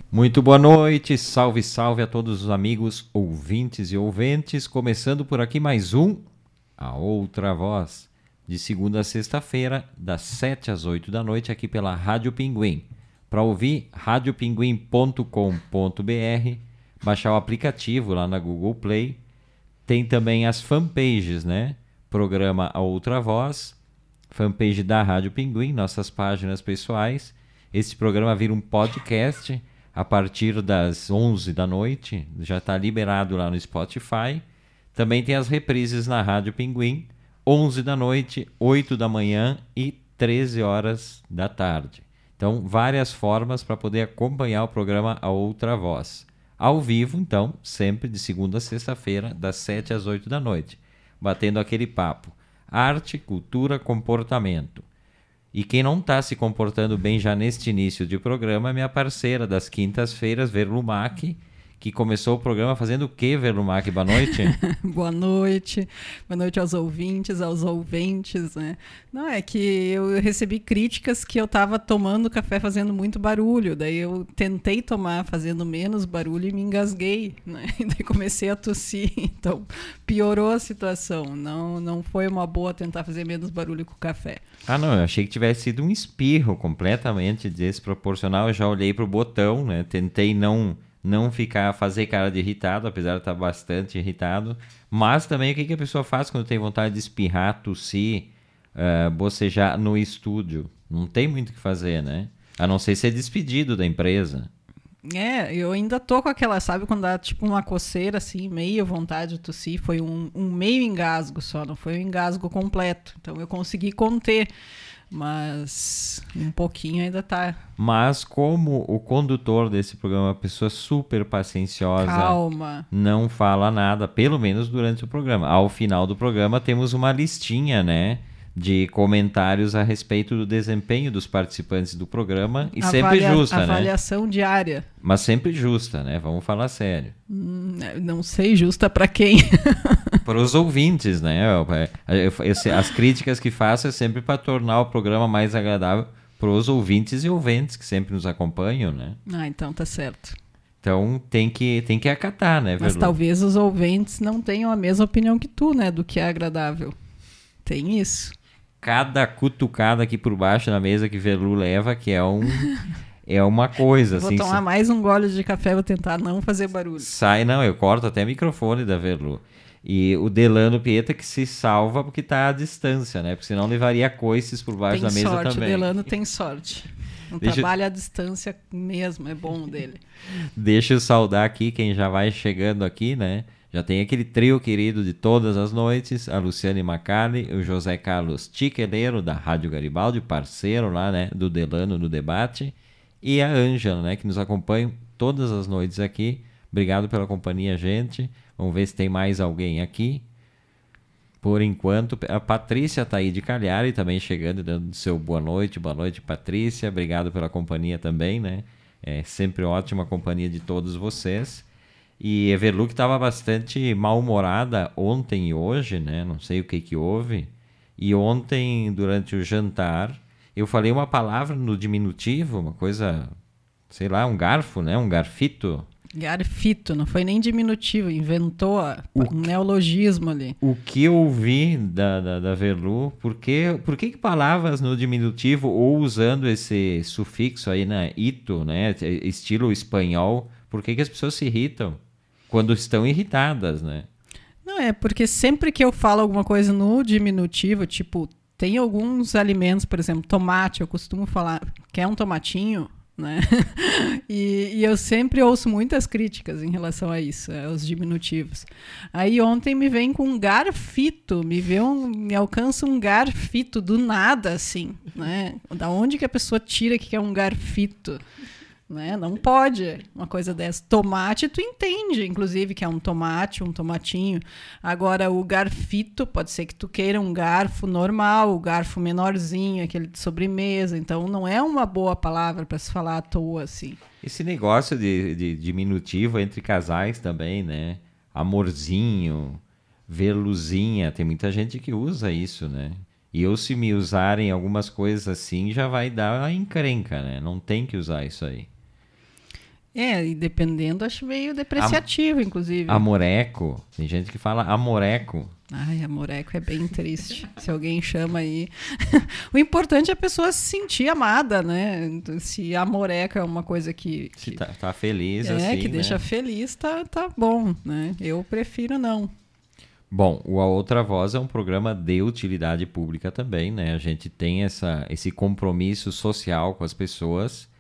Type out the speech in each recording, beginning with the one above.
Muito boa noite, salve, salve a todos os amigos, ouvintes e ouventes. Começando por aqui mais um A Outra Voz, de segunda a sexta-feira, das 7 às 8 da noite, aqui pela Rádio Pinguim. Para ouvir, radiopinguim.com.br, baixar o aplicativo lá na Google Play. Tem também as fanpages, né? Programa A Outra Voz, fanpage da Rádio Pinguim, nossas páginas pessoais. Esse programa vira um podcast a partir das 11 da noite, já está liberado lá no Spotify. Também tem as reprises na Rádio Pinguim, 11 da noite, 8 da manhã e 13 horas da tarde. Então, várias formas para poder acompanhar o programa A Outra Voz. Ao vivo, então, sempre de segunda a sexta-feira, das 7 às 8 da noite, batendo aquele papo. Arte, cultura, comportamento. E quem não está se comportando bem já neste início de programa é minha parceira das quintas-feiras, Verlumac, que começou o programa fazendo o quê, Verlumac? Boa noite. Boa noite. Boa noite aos ouvintes, aos ouventes, né? Não, é que eu recebi críticas que eu estava tomando café fazendo muito barulho. Daí eu tentei tomar fazendo menos barulho e me engasguei, né? E daí comecei a tossir. Então, piorou a situação. Não foi uma boa tentar fazer menos barulho com o café. Ah, não, eu achei que tivesse sido um espirro completamente desproporcional. Eu já olhei pro botão, né? Tentei não fazer cara de irritado, apesar de estar bastante irritado. Mas também o que a pessoa faz quando tem vontade de espirrar, tossir, bocejar no estúdio? Não tem muito o que fazer, né? A não ser ser despedido da empresa. Eu ainda tô com aquela, sabe, quando dá tipo uma coceira assim, meio vontade de tossir, foi um meio engasgo só, não foi um engasgo completo. Então eu consegui conter, mas um pouquinho ainda tá. Mas como o condutor desse programa é uma pessoa super pacienciosa, Calma, não fala nada, pelo menos durante o programa. Ao final do programa temos uma listinha, né, de comentários a respeito do desempenho dos participantes do programa e sempre justa, né? Avaliação diária. Mas sempre justa, né? Vamos falar sério. Não sei, justa para quem? Para os ouvintes, né? As críticas que faço é sempre para tornar o programa mais agradável para os ouvintes e ouventes que sempre nos acompanham, né? Ah, então tá certo. Então tem que acatar, né, Mas Verlu? talvez os ouvintes não tenham a mesma opinião que tu, né? Do que é agradável. Tem isso. Cada cutucada aqui por baixo na mesa que Verlu leva, que é uma coisa, Vou assim. tomar mais um gole de café, vou tentar não fazer barulho. Não, eu corto até o microfone da Verlu. E o Delano Pieta que se salva porque tá à distância, né? Porque senão levaria coices por baixo da mesa sorte, também. O Delano tem sorte. Trabalha à distância mesmo, é bom dele. Deixa eu saudar aqui quem já vai chegando aqui, né? Já tem aquele trio querido de todas as noites, a Luciane Macali, o José Carlos Tiqueleiro, da Rádio Garibaldi, parceiro lá, né, do Delano no debate, e a Ângela, né, que nos acompanha todas as noites aqui. Obrigado pela companhia, gente. Vamos ver se tem mais alguém aqui. Por enquanto, a Patrícia tá aí de Cagliari também chegando, dando seu boa noite, Patrícia. Obrigado pela companhia também, né? É sempre ótima a companhia de todos vocês. E a Verlu que estava bastante mal-humorada ontem e hoje, né? Não sei o que houve. E ontem, durante o jantar, eu falei uma palavra no diminutivo, uma coisa, sei lá, um garfo, né? Um garfito. Garfito, não foi nem diminutivo, inventou um neologismo ali. O que eu ouvi da Verlu, por que palavras no diminutivo ou usando esse sufixo aí, né? Ito, né? Estilo espanhol, por que as pessoas se irritam? Quando estão irritadas, né? Não, é porque sempre que eu falo alguma coisa no diminutivo, tipo, tem alguns alimentos, por exemplo, tomate, eu costumo falar, quer um tomatinho, né? E eu sempre ouço muitas críticas em relação a isso, aos diminutivos. Aí ontem me vem com um garfito, me alcança um garfito do nada, assim, né? Da onde que a pessoa tira que é um garfito? Né? Não pode uma coisa dessa. Tomate, tu entende, inclusive, que é um tomate, um tomatinho. Agora, o garfito, pode ser que tu queira um garfo normal, o garfo menorzinho, aquele de sobremesa. Então, não é uma boa palavra para se falar à toa, assim. Esse negócio de diminutivo entre casais também, né? Amorzinho, Verluzinha, tem muita gente que usa isso, né? E eu, se me usarem algumas coisas assim, já vai dar a encrenca, né? Não tem que usar isso aí. E dependendo, acho meio depreciativo, inclusive. Amoreco. Tem gente que fala amoreco. Ai, amoreco é bem triste. Se alguém chama aí. O importante é a pessoa se sentir amada, né? Se amoreco é uma coisa que. Se tá feliz, assim. Que deixa feliz, tá bom, né? Eu prefiro não. Bom, o A Outra Voz é um programa de utilidade pública também, né? A gente tem esse compromisso social com as pessoas.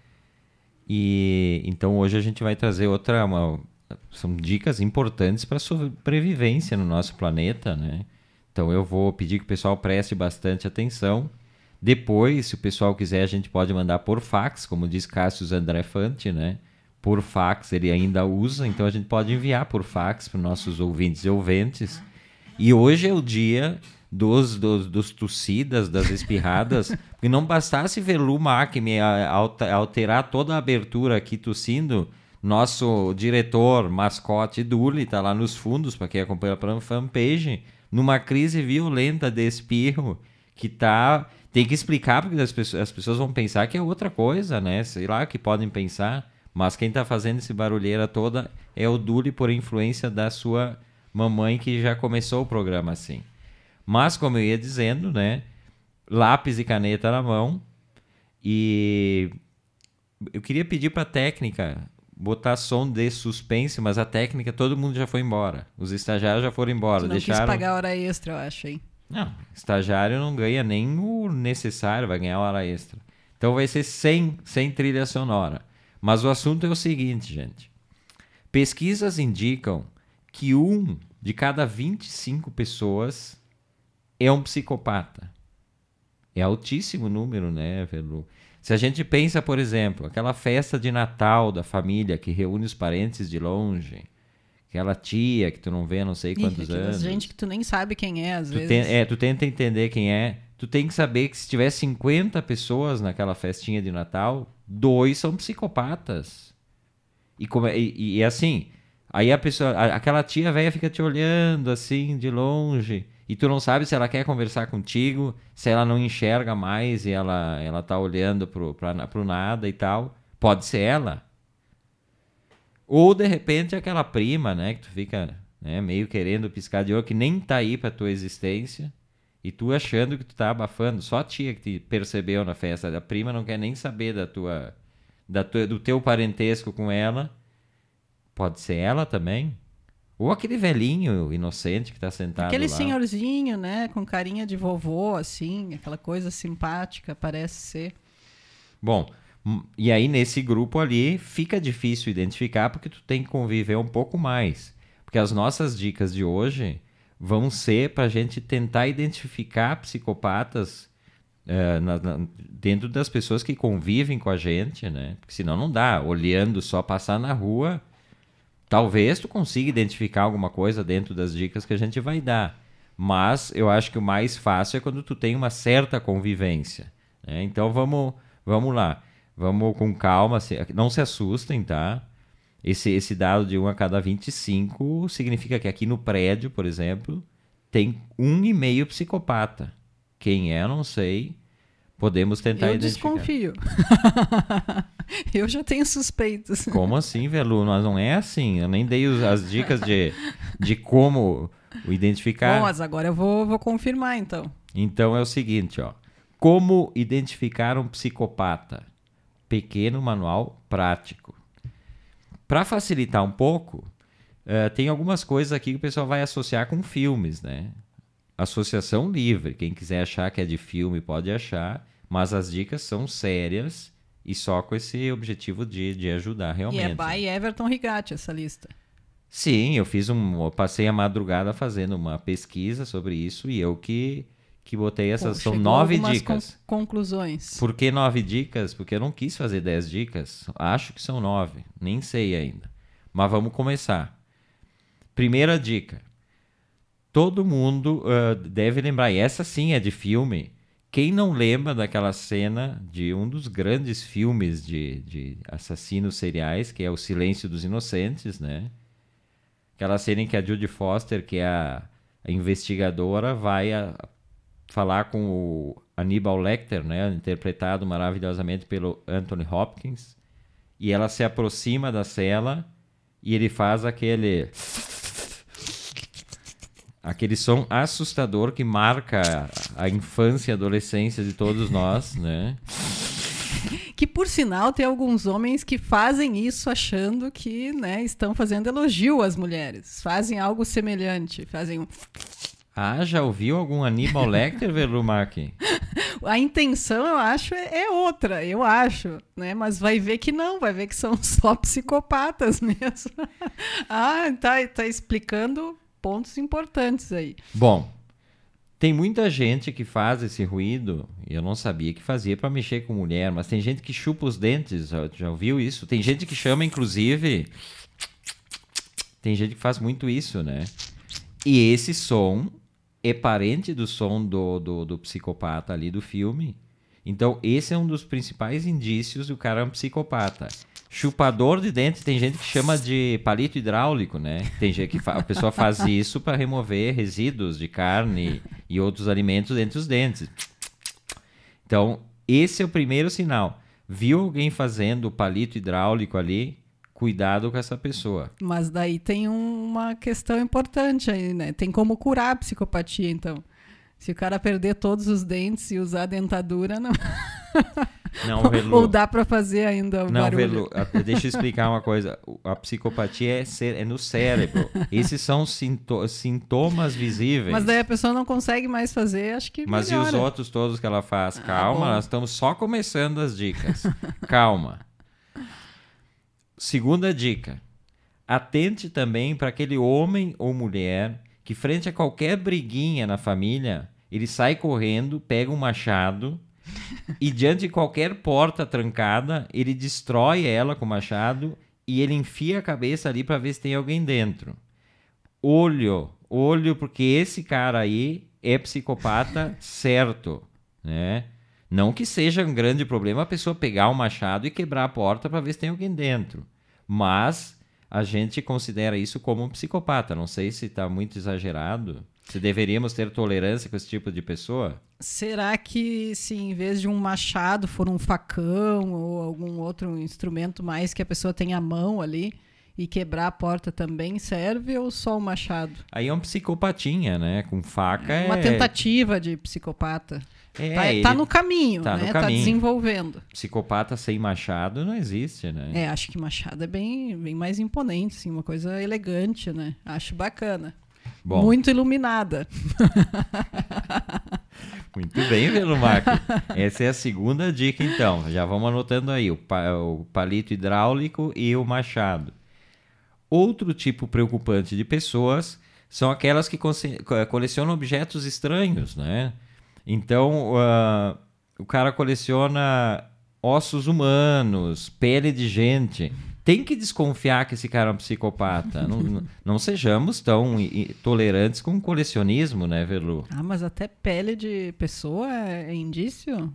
E então hoje a gente vai trazer são dicas importantes para a sobrevivência no nosso planeta, né? Então eu vou pedir que o pessoal preste bastante atenção. Depois, se o pessoal quiser, a gente pode mandar por fax, como diz Cássio André Fante, né? Por fax ele ainda usa, então a gente pode enviar por fax para os nossos ouvintes e ouventes. E hoje é o dia dos tossidas, das espirradas, porque não bastasse Velu Mac me alterar toda a abertura aqui tossindo, nosso diretor, mascote Duli, está lá nos fundos, para quem acompanha a fanpage, numa crise violenta de espirro, tem que explicar, porque as pessoas vão pensar que é outra coisa, né? Sei lá o que podem pensar, mas quem está fazendo esse barulheira toda é o Duli, por influência da sua mamãe, que já começou o programa assim. Mas, como eu ia dizendo, né? Lápis e caneta na mão. E eu queria pedir para a técnica botar som de suspense, mas a técnica, todo mundo já foi embora. Os estagiários já foram embora. Tu não quis pagar hora extra, eu acho, hein? Não, estagiário não ganha nem o necessário, vai ganhar hora extra. Então vai ser sem trilha sonora. Mas o assunto é o seguinte, gente. Pesquisas indicam que 1 de cada 25 pessoas é um psicopata. É altíssimo número, né, Velu? Se a gente pensa, por exemplo, aquela festa de Natal da família que reúne os parentes de longe, aquela tia que tu não vê há não sei quantos anos. Gente que tu nem sabe quem é, às vezes. Tu tenta entender quem é. Tu tem que saber que se tiver 50 pessoas naquela festinha de Natal, 2 são psicopatas. E assim, aí a pessoa, aquela tia velha fica te olhando assim de longe, e tu não sabe se ela quer conversar contigo, se ela não enxerga mais e ela tá olhando pro nada e tal. Pode ser ela. Ou de repente aquela prima, né, que tu fica, né, meio querendo piscar de olho, que nem tá aí pra tua existência, e tu achando que tu tá abafando. Só a tia que te percebeu na festa. A prima não quer nem saber do teu parentesco com ela. Pode ser ela também. Ou aquele velhinho inocente que tá sentado aquele lá. senhorzinho, né, com carinha de vovô, assim, aquela coisa simpática, parece ser. Bom, e aí nesse grupo ali fica difícil identificar, porque tu tem que conviver um pouco mais. Porque as nossas dicas de hoje vão ser pra gente tentar identificar psicopatas dentro das pessoas que convivem com a gente, né? Porque senão não dá. Olhando só passar na rua, talvez tu consiga identificar alguma coisa dentro das dicas que a gente vai dar. Mas eu acho que o mais fácil é quando tu tem uma certa convivência, né? Então vamos lá. Vamos com calma. Não se assustem, tá? Esse dado de 1 a cada 25 significa que aqui no prédio, por exemplo, tem 1,5 psicopata. Quem é, não sei. Podemos tentar identificar. Eu desconfio. Eu já tenho suspeitos. Como assim, Velu? Mas não é assim. Eu nem dei as dicas de como identificar. Bom, mas agora eu vou confirmar, então. Então é o seguinte, ó. Como identificar um psicopata? Pequeno manual prático. Para facilitar um pouco, tem algumas coisas aqui que o pessoal vai associar com filmes, né? Associação livre. Quem quiser achar que é de filme pode achar, mas as dicas são sérias e só com esse objetivo de ajudar realmente. E é by Everton Rigatti essa lista. Sim, eu passei a madrugada fazendo uma pesquisa sobre isso e eu que botei essas. São 9 dicas. Conclusões. Por que 9 dicas? Porque eu não quis fazer 10 dicas. Acho que são 9. Nem sei ainda. Mas vamos começar. Primeira dica. Todo mundo deve lembrar, e essa sim é de filme. Quem não lembra daquela cena de um dos grandes filmes de assassinos seriais, que é O Silêncio dos Inocentes, né? Aquela cena em que a Jodie Foster, que é a investigadora, vai falar com o Hannibal Lecter, né? Interpretado maravilhosamente pelo Anthony Hopkins. e ela se aproxima da cela e ele faz aquele som assustador que marca a infância e adolescência de todos nós, né? Que, por sinal, tem alguns homens que fazem isso achando que, né, estão fazendo elogio às mulheres. Fazem algo semelhante. Fazem um... Ah, já ouviu algum Aníbal Lecter, Verlumac? A intenção, eu acho, é outra, eu acho, né? Mas vai ver que não, vai ver que são só psicopatas mesmo. Tá explicando pontos importantes aí. Bom, tem muita gente que faz esse ruído, e eu não sabia que fazia para mexer com mulher, mas tem gente que chupa os dentes, já ouviu isso? Tem gente que chama, inclusive, tem gente que faz muito isso, né? E esse som é parente do som do psicopata ali do filme. Então, esse é um dos principais indícios do cara é um psicopata. Chupador de dentes, tem gente que chama de palito hidráulico, né? Tem gente que a pessoa faz isso para remover resíduos de carne e outros alimentos entre os dentes. Então, esse é o primeiro sinal. Viu alguém fazendo o palito hidráulico ali? Cuidado com essa pessoa. Mas daí tem uma questão importante aí, né? Tem como curar a psicopatia, então. Se o cara perder todos os dentes e usar dentadura, não... Não, Velu. Ou dá para fazer ainda o barulho? Velu, deixa eu explicar uma coisa. A psicopatia é no cérebro. Esses são sintomas visíveis. Mas daí a pessoa não consegue mais fazer, acho que Mas melhora. E os outros todos que ela faz? Calma, nós estamos só começando as dicas. Calma. Segunda dica. Atente também para aquele homem ou mulher que, frente a qualquer briguinha na família, ele sai correndo, pega um machado e, diante de qualquer porta trancada, ele destrói ela com o machado e ele enfia a cabeça ali para ver se tem alguém dentro. Olho, porque esse cara aí é psicopata certo, né? Não que seja um grande problema a pessoa pegar o machado e quebrar a porta para ver se tem alguém dentro. Mas a gente considera isso como um psicopata. Não sei se está muito exagerado. Se deveríamos ter tolerância com esse tipo de pessoa? Será que se em vez de um machado for um facão ou algum outro instrumento mais que a pessoa tenha a mão ali e quebrar a porta também serve ou só o machado? Aí é um psicopatinha, né? Com faca uma tentativa de psicopata. Tá no caminho, tá né? No caminho. Tá desenvolvendo. Psicopata sem machado não existe, né? Acho que machado é bem mais imponente, assim, uma coisa elegante, né? Acho bacana. Bom. Muito iluminada. Muito bem, Velumac. Essa é a segunda dica, então. Já vamos anotando aí, o palito hidráulico e o machado. Outro tipo preocupante de pessoas são aquelas que colecionam objetos estranhos, né? Então, o cara coleciona ossos humanos, pele de gente. Tem que desconfiar que esse cara é um psicopata. Não sejamos tão tolerantes com o colecionismo, né, Velu? Mas até pele de pessoa é indício?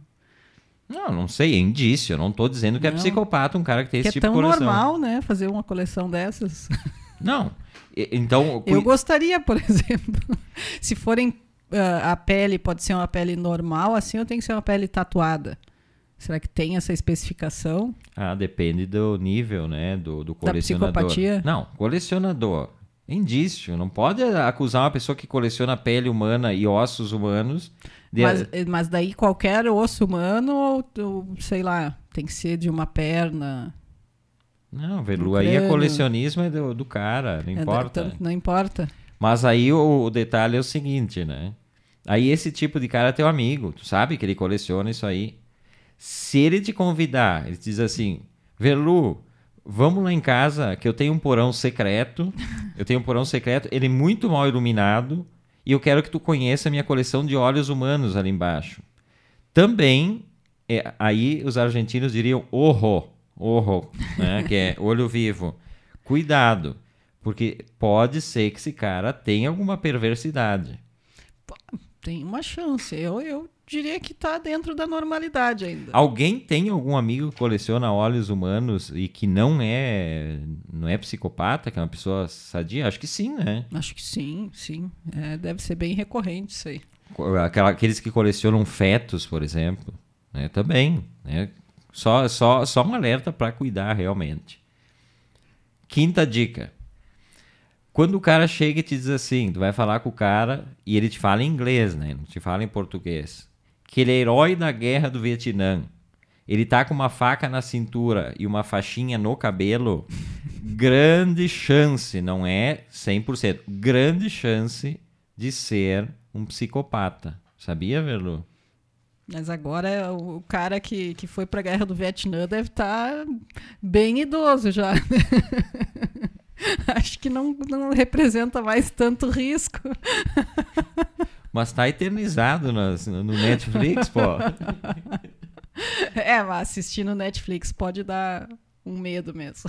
Não sei, é indício. Eu não estou dizendo que é psicopata um cara que tem esse tipo de coleção. É tão normal, né, fazer uma coleção dessas. Não. Então, eu gostaria, por exemplo, se forem a pele pode ser uma pele normal, assim, ou tem que ser uma pele tatuada? Será que tem essa especificação? Depende do nível, né, do colecionador. Da psicopatia? Não, colecionador. Indício. Não pode acusar uma pessoa que coleciona pele humana e ossos humanos. Mas daí qualquer osso humano ou, sei lá, tem que ser de uma perna... Não, Velu, aí é colecionismo é do cara, não importa. Não importa. Mas aí o detalhe é o seguinte, né? Aí esse tipo de cara é teu amigo, tu sabe que ele coleciona isso aí. Se ele te convidar, ele diz assim, Velu, vamos lá em casa que eu tenho um porão secreto, ele é muito mal iluminado e eu quero que tu conheça a minha coleção de olhos humanos ali embaixo. Também, aí os argentinos diriam orro, né? Que é olho vivo. Cuidado, porque pode ser que esse cara tenha alguma perversidade. Tem uma chance. Eu diria que está dentro da normalidade ainda. Alguém tem algum amigo que coleciona olhos humanos e que não é psicopata, que é uma pessoa sadia? Acho que sim, né? Acho que sim. Deve ser bem recorrente isso aí. Aqueles que colecionam fetos, por exemplo, né? Também, né? Só um alerta para cuidar realmente. Quinta dica. Quando o cara chega e te diz assim, tu vai falar com o cara e ele te fala em inglês, né? Não te fala em português. Que ele é herói da guerra do Vietnã. Ele tá com uma faca na cintura e uma faixinha no cabelo. Grande chance, não é 100%, grande chance de ser um psicopata. Sabia, Verlu? Mas agora o cara que foi pra guerra do Vietnã deve estar bem idoso já. Acho que não representa mais tanto risco. Mas tá eternizado no Netflix, pô. Mas assistir no Netflix pode dar um medo mesmo.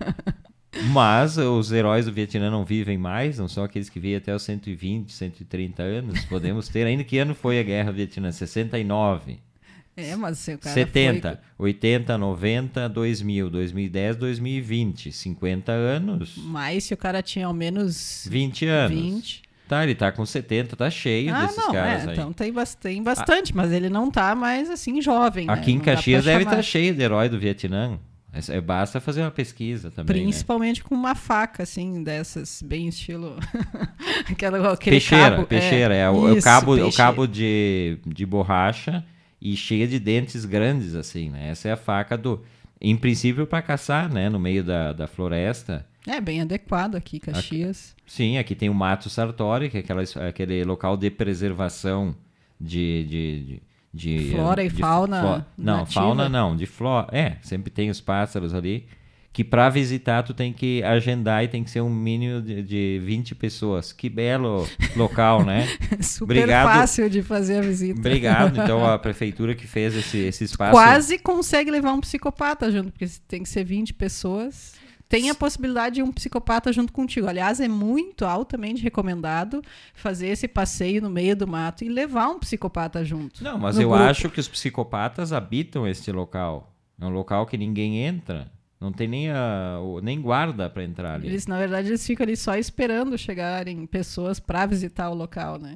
Mas os heróis do Vietnã não vivem mais, não são aqueles que vivem até os 120, 130 anos. Podemos ter, ainda que ano foi a guerra do Vietnã? 69. Mas se o cara 70, 80, 90, 2000, 2010, 2020. 50 anos. Mas se o cara tinha ao menos 20 anos. 20. Tá, ele tá com 70, tá cheio desses caras aí. Então tem bastante, mas ele não tá mais assim jovem. Aqui né? em Caxias deve estar cheio de herói do Vietnã. Basta fazer uma pesquisa também. Principalmente, né? Com uma faca, assim, dessas, bem estilo. Aquele peixeira, cabo. Peixeira, o cabo de borracha e cheia de dentes grandes, assim, né? Essa é a faca em princípio, para caçar, né? No meio da floresta. É bem adequado aqui, Caxias. Sim, aqui tem o Mato Sartori, que é aquele local de preservação de flora e fauna não, nativa. Fauna não, de flora. Sempre tem os pássaros ali, que para visitar tu tem que agendar e tem que ser um mínimo de 20 pessoas. Que belo local, né? Super fácil de fazer a visita. Obrigado, então, a prefeitura que fez esse espaço. Quase consegue levar um psicopata junto, porque tem que ser 20 pessoas... Tem a possibilidade de um psicopata junto contigo. Aliás, é muito altamente recomendado fazer esse passeio no meio do mato e levar um psicopata junto. Não, mas eu acho que os psicopatas habitam este local. É um local que ninguém entra. Não tem nem guarda para entrar ali. Na verdade, eles ficam ali só esperando chegarem pessoas para visitar o local, né?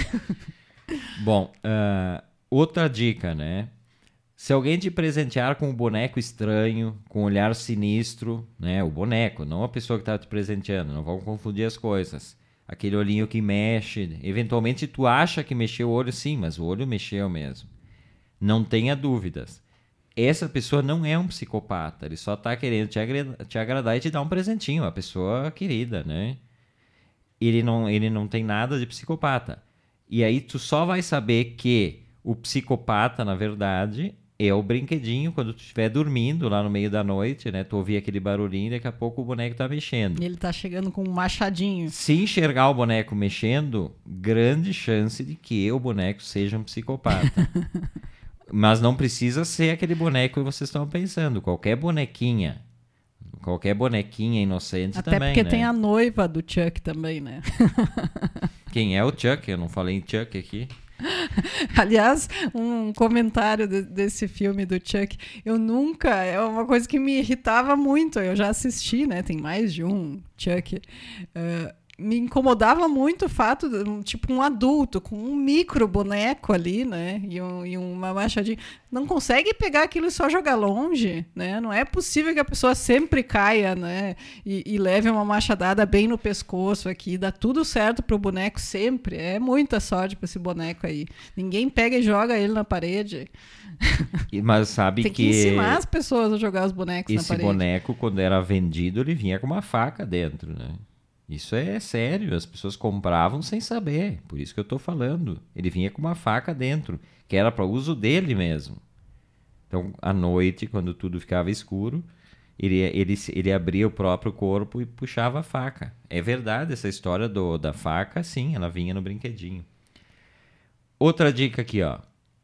Bom, outra dica, né? Se alguém te presentear com um boneco estranho, com um olhar sinistro, né? O boneco, não a pessoa que está te presenteando, não vamos confundir as coisas. Aquele olhinho que mexe, eventualmente tu acha que mexeu o olho, sim, mas o olho mexeu mesmo. Não tenha dúvidas. Essa pessoa não é um psicopata, ele só está querendo te agradar e te dar um presentinho, a pessoa querida, né? Ele não tem nada de psicopata. E aí tu só vai saber que o psicopata, na verdade... é o brinquedinho, quando tu estiver dormindo lá no meio da noite, né? Tu ouvir aquele barulhinho e daqui a pouco o boneco tá mexendo. E ele tá chegando com um machadinho. Se enxergar o boneco mexendo, grande chance de que o boneco seja um psicopata. Mas não precisa ser aquele boneco que vocês estão pensando. Qualquer bonequinha inocente até também, porque né? tem a noiva do Chuck também, né? Quem é o Chuck? Eu não falei em Chuck aqui. Aliás, um comentário desse filme do Chuck, é uma coisa que me irritava muito, eu já assisti, né, tem mais de um Chuck, me incomodava muito o fato de, tipo, um adulto com um micro boneco ali, né, e uma machadinha, não consegue pegar aquilo e só jogar longe, né, não é possível que a pessoa sempre caia, né, e leve uma machadada bem no pescoço aqui, dá tudo certo pro boneco sempre, é muita sorte pra esse boneco aí, ninguém pega e joga ele na parede. Mas sabe tem que ensinar as pessoas a jogar os bonecos na parede. Esse boneco, quando era vendido, ele vinha com uma faca dentro, né? Isso é sério, as pessoas compravam sem saber, por isso que eu tô falando. Ele vinha com uma faca dentro, que era para uso dele mesmo. Então, à noite, quando tudo ficava escuro, ele abria o próprio corpo e puxava a faca. É verdade, essa história da faca, sim, ela vinha no brinquedinho. Outra dica aqui, ó.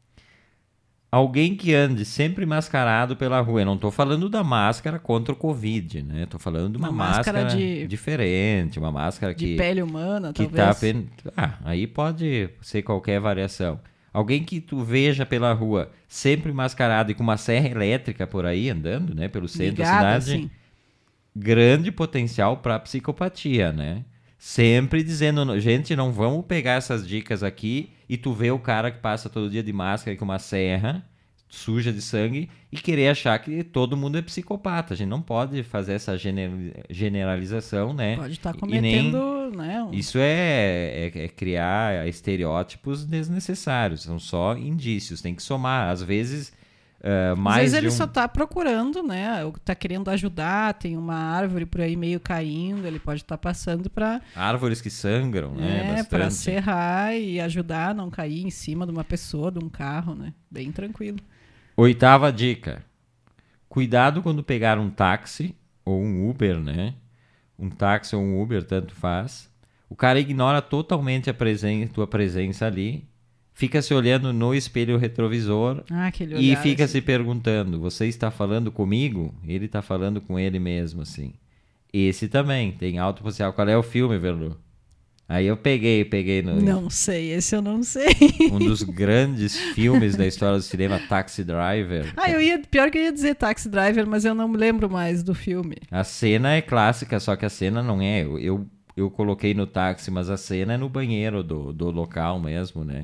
Alguém que ande sempre mascarado pela rua. Eu não estou falando da máscara contra o Covid, né? Estou falando de uma máscara diferente, uma máscara de pele humana, talvez. Aí pode ser qualquer variação. Alguém que tu veja pela rua sempre mascarado e com uma serra elétrica por aí andando, né? Pelo centro da cidade. Assim. Grande potencial para psicopatia, né? Sempre dizendo, gente, não vamos pegar essas dicas aqui e tu vê o cara que passa todo dia de máscara com uma serra, suja de sangue e querer achar que todo mundo é psicopata. A gente não pode fazer essa generalização, né? Pode estar E nem cometendo, né? isso é criar estereótipos desnecessários. São só indícios. Tem que somar. Às vezes, mais Às vezes de ele só tá procurando, né? Ou tá querendo ajudar, tem uma árvore por aí meio caindo, ele pode estar passando para árvores que sangram, né? para Bastante. serrar e ajudar a não cair em cima de uma pessoa, de um carro, né? Bem tranquilo. 8ª dica. Cuidado quando pegar um táxi ou um Uber, né? Um táxi ou um Uber, tanto faz. O cara ignora totalmente tua presença ali, fica se olhando no espelho retrovisor Aquele e olhar, fica assim. se perguntando, você está falando comigo? Ele está falando com ele mesmo, assim. Esse também, tem alto potencial. Qual é o filme, Verlu? Aí eu peguei no... Não sei, esse eu não sei. Um dos grandes filmes da história do cinema, Taxi Driver. Pior que eu ia dizer Taxi Driver, mas eu não me lembro mais do filme. A cena é clássica, só que a cena não é. Eu coloquei no táxi, mas a cena é no banheiro do local mesmo, né?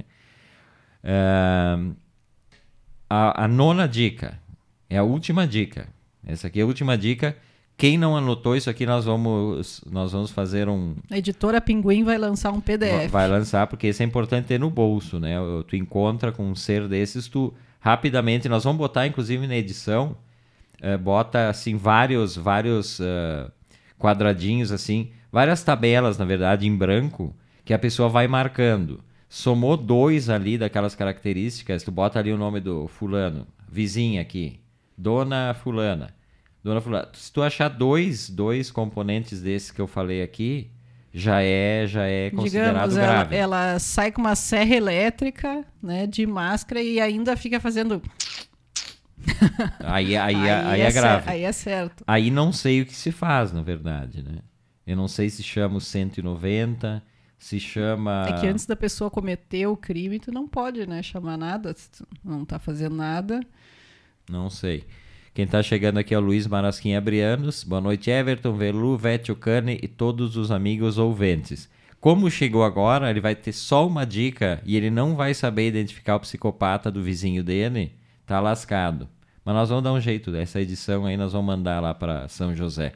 A 9ª dica é a última dica. Essa aqui é a última dica. Quem não anotou isso aqui, nós vamos fazer A editora Pinguim vai lançar um PDF. Vai lançar, porque isso é importante ter no bolso, né? Tu encontra com um ser desses, tu rapidamente, nós vamos botar inclusive na edição, bota assim vários quadradinhos assim, várias tabelas, na verdade, em branco, que a pessoa vai marcando. Somou 2 ali daquelas características, tu bota ali o nome do fulano, vizinha aqui, Dona Fulana. Se tu achar dois componentes desses que eu falei aqui, já é considerado Digamos, grave. ela sai com uma serra elétrica, né, de máscara e ainda fica fazendo... Aí é grave. Aí é certo. Aí não sei o que se faz, na verdade, né? Eu não sei se chama o 190, se chama... É que antes da pessoa cometer o crime, tu não pode, né, chamar nada, se tu não tá fazendo nada. Não sei. Quem está chegando aqui é o Luiz Marasquim Abrianos. Boa noite, Everton, Verlu, Vétio Cane e todos os amigos ouvintes. Como chegou agora, ele vai ter só uma dica e ele não vai saber identificar o psicopata do vizinho dele, tá lascado. Mas nós vamos dar um jeito dessa edição aí, nós vamos mandar lá para São José.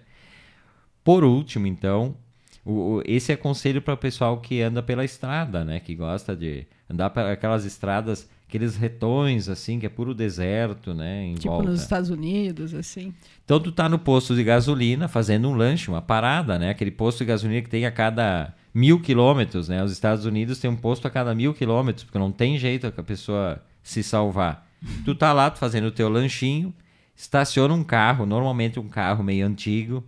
Por último, então, esse é conselho para o pessoal que anda pela estrada, né? Que gosta de andar para aquelas estradas, aqueles retões, assim, que é puro deserto, né? Em Tipo volta. nos Estados Unidos, assim. Então, tu tá no posto de gasolina fazendo um lanche, uma parada, né? Aquele posto de gasolina que tem a cada 1.000 quilômetros, né? Os Estados Unidos tem um posto a cada 1.000 quilômetros, porque não tem jeito que a pessoa se salvar. Tu tá lá, tu fazendo o teu lanchinho, estaciona um carro, normalmente um carro meio antigo,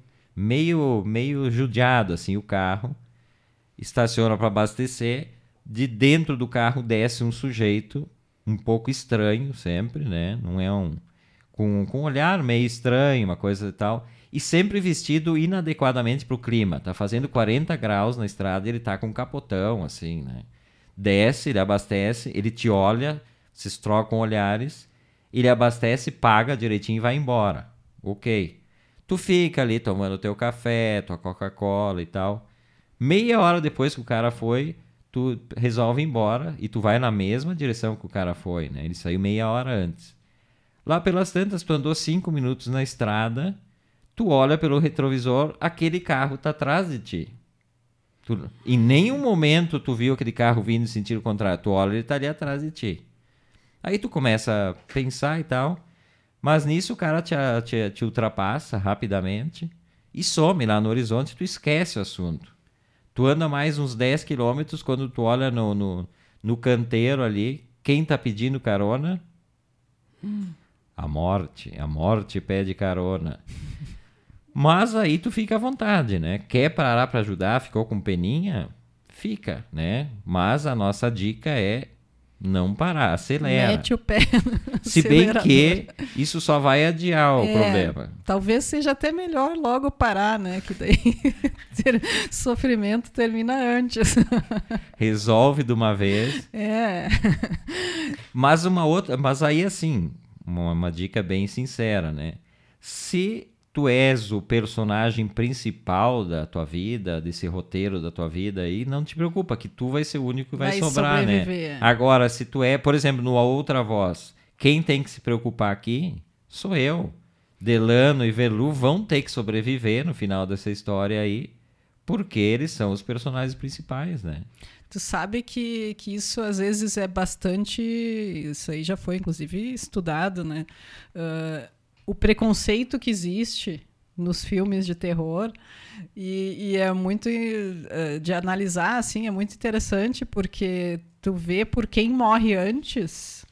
meio judiado, assim, o carro. Estaciona para abastecer. De dentro do carro desce um sujeito, um pouco estranho sempre, né? Não é com um olhar meio estranho, uma coisa e tal. E sempre vestido inadequadamente para o clima. Tá fazendo 40 graus na estrada e ele tá com um capotão, assim, né? Desce, ele abastece, ele te olha, vocês trocam olhares, ele abastece, paga direitinho e vai embora. Ok. Tu fica ali tomando teu café, tua Coca-Cola e tal. Meia hora depois que o cara foi, tu resolve ir embora e tu vai na mesma direção que o cara foi, né? Ele saiu meia hora antes. Lá pelas tantas, tu andou 5 minutos na estrada, tu olha pelo retrovisor, aquele carro tá atrás de ti. Em nenhum momento tu viu aquele carro vindo em sentido contrário. Tu olha, ele tá ali atrás de ti. Aí tu começa a pensar e tal, mas nisso o cara te ultrapassa rapidamente e some lá no horizonte, tu esquece o assunto. Tu anda mais uns 10 quilômetros, quando tu olha no canteiro ali, quem tá pedindo carona? A morte pede carona. Mas aí tu fica à vontade, né? Quer parar para ajudar, ficou com peninha? Fica, né? Mas a nossa dica é não parar, acelera. Mete o pé no Se bem acelerador. que isso só vai adiar o problema. Talvez seja até melhor logo parar, né? Que daí sofrimento termina antes. Resolve de uma vez. É. Mas aí assim, uma dica bem sincera, né? Se tu és o personagem principal da tua vida, desse roteiro da tua vida aí, não te preocupa, que tu vai ser o único que vai sobrar, né? sobreviver. Agora, se tu é, por exemplo, no A Outra Voz, Quem tem que se preocupar aqui sou eu. Delano e Velu vão ter que sobreviver no final dessa história aí, porque eles são os personagens principais, né? Tu sabe que isso às vezes é bastante... Isso aí já foi, inclusive, estudado, né? O preconceito que existe nos filmes de terror e é muito... de analisar, assim, é muito interessante, porque tu vê por quem morre antes...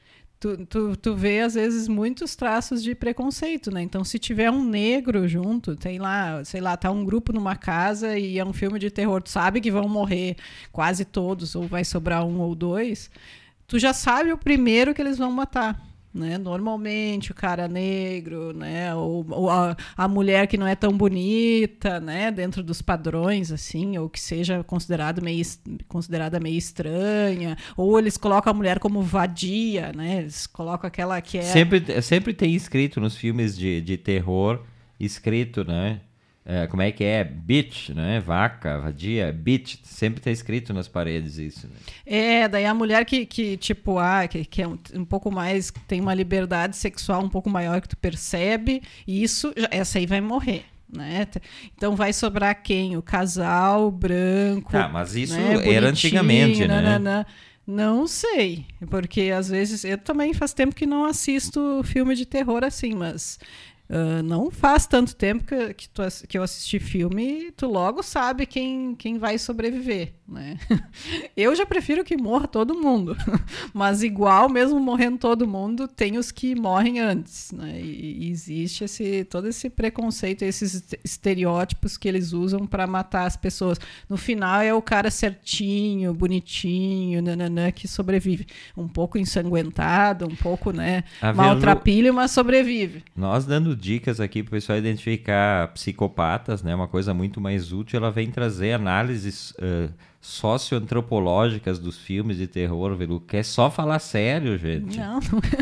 Tu vê, às vezes, muitos traços de preconceito, né? Então, se tiver um negro junto, tem lá, sei lá, tá um grupo numa casa e é um filme de terror, tu sabe que vão morrer quase todos, ou vai sobrar um ou dois, tu já sabe o primeiro que eles vão matar, né? Normalmente o cara negro, né? Ou a mulher que não é tão bonita, né? Dentro dos padrões, assim, ou que seja considerada meio estranha, ou eles colocam a mulher como vadia, né? Eles colocam aquela que é... Sempre tem escrito nos filmes de terror, escrito, né? Como é que é? Bitch, né? Vaca, vadia, bitch. Sempre tá escrito nas paredes isso, né? Daí a mulher que tipo, que é um pouco mais, tem uma liberdade sexual um pouco maior que tu percebe, e essa aí vai morrer, né? Então vai sobrar quem? O casal branco. Tá, mas isso, né? era antigamente, né? Não sei, porque às vezes eu também faz tempo que não assisto filme de terror assim, mas não faz tanto tempo que eu assisti filme, tu logo sabe quem vai sobreviver, né? Eu já prefiro que morra todo mundo, mas igual, mesmo morrendo todo mundo, tem os que morrem antes, né? E existe todo esse preconceito, esses estereótipos que eles usam para matar as pessoas. No final é o cara certinho, bonitinho, nananã, que sobrevive. Um pouco ensanguentado, um pouco, né, maltrapilho, mas sobrevive. Nós dando dicas aqui para o pessoal identificar psicopatas, né? Uma coisa muito mais útil, ela vem trazer análises socioantropológicas dos filmes de terror, Velu. Quer só falar sério, gente? Não.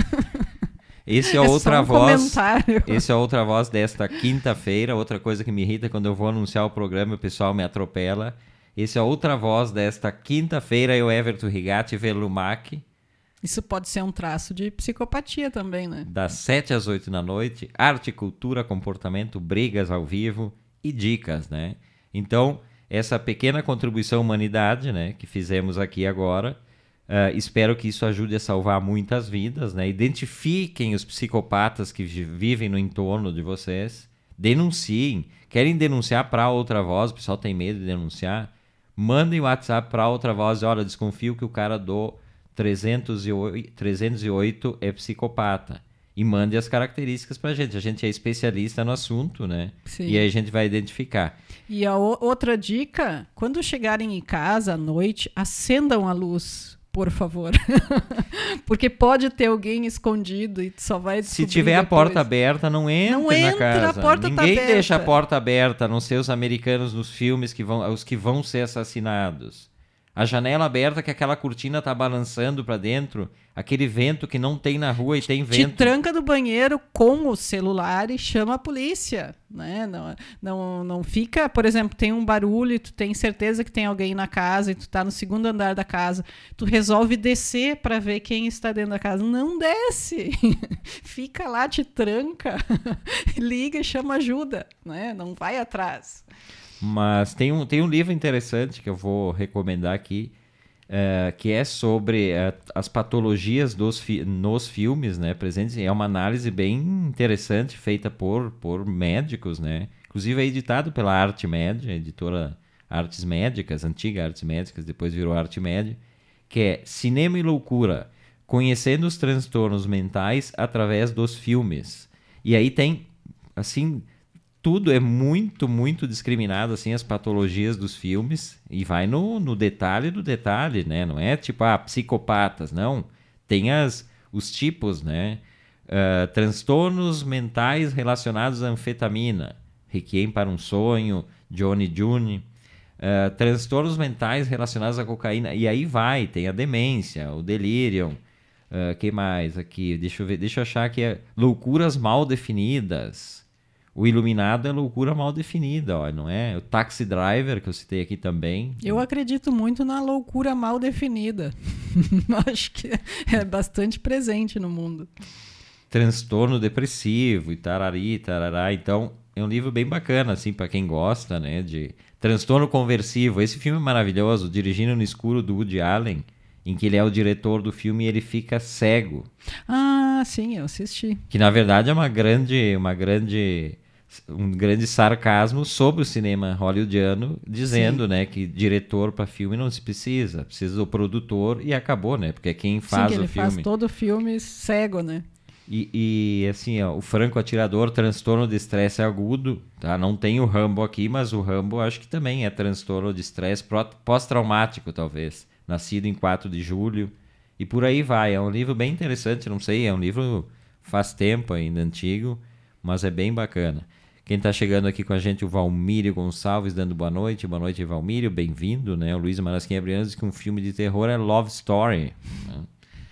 Esse é outra voz. Esse é outra voz desta quinta-feira. Outra coisa que me irrita quando eu vou anunciar o programa e o pessoal me atropela. Esse é outra voz desta quinta-feira, eu, Everton Rigatti, Velumac. Isso pode ser um traço de psicopatia também, né? Das 7 às 8 da noite, arte, cultura, comportamento, brigas ao vivo e dicas, né? Então, essa pequena contribuição à humanidade, né, que fizemos aqui agora, espero que isso ajude a salvar muitas vidas, né? Identifiquem os psicopatas que vivem no entorno de vocês, denunciem. Querem denunciar para outra voz, o pessoal tem medo de denunciar, mandem o WhatsApp para outra voz, olha, desconfio que o cara do 308 é psicopata. E mande as características pra gente. A gente é especialista no assunto, né? Sim. E aí a gente vai identificar. E a outra dica, quando chegarem em casa à noite, acendam a luz, por favor. Porque pode ter alguém escondido e só vai descobrir. Se tiver depois. A porta aberta, não entre na casa. A porta Ninguém tá deixa a aberta. porta aberta, a não ser os americanos nos filmes, os que vão ser assassinados. A janela aberta que aquela cortina tá balançando para dentro, aquele vento que não tem na rua e tem vento. Te tranca do banheiro com o celular e chama a polícia, né? Não fica, por exemplo, tem um barulho e tu tem certeza que tem alguém na casa e tu tá no segundo andar da casa, tu resolve descer para ver quem está dentro da casa. Não desce! Fica lá, te tranca, liga e chama ajuda, né? Não vai atrás. Mas tem um livro interessante que eu vou recomendar aqui, que é sobre as patologias nos filmes, né, presentes. É uma análise bem interessante, feita por médicos, né? Inclusive é editado pela Arte Média, editora Artes Médicas, antiga Artes Médicas, depois virou Arte Média, que é Cinema e Loucura, conhecendo os transtornos mentais através dos filmes. E aí tem, assim... Tudo é muito, muito discriminado, assim, as patologias dos filmes, e vai no detalhe do detalhe, né? Não é tipo, psicopatas, não. Tem os tipos, né? Transtornos mentais relacionados à anfetamina, Requiem para um Sonho, Johnny June. Transtornos mentais relacionados à cocaína, e aí vai, tem a demência, o delirium, que mais aqui? Deixa eu ver, deixa eu achar aqui, loucuras mal definidas. O Iluminado é loucura mal definida, ó, não é? O Taxi Driver, que eu citei aqui também. Eu acredito muito na loucura mal definida. Acho que é bastante presente no mundo. Transtorno depressivo e tarari, tarará. Então, é um livro bem bacana, assim, para quem gosta, né? De transtorno conversivo. Esse filme é maravilhoso, Dirigindo no Escuro, do Woody Allen, em que ele é o diretor do filme e ele fica cego. Ah, sim, eu assisti. Que, na verdade, é um grande sarcasmo sobre o cinema hollywoodiano, dizendo, né, que diretor para filme não se precisa do produtor e acabou, né? Porque é quem faz Sim, que o ele filme. faz todo o filme cego, né? E assim, ó, o franco atirador, transtorno de estresse agudo, tá? Não tem o Rambo aqui, mas o Rambo acho que também é transtorno de estresse pós-traumático, talvez. Nascido em 4 de julho. E por aí vai. É um livro bem interessante, não sei, é um livro faz tempo ainda, antigo, mas é bem bacana. Quem está chegando aqui com a gente, o Valmírio Gonçalves, dando boa noite. Boa noite, Valmírio, bem-vindo, né? O Luiz Marasquinha Brianos diz que um filme de terror é Love Story, né?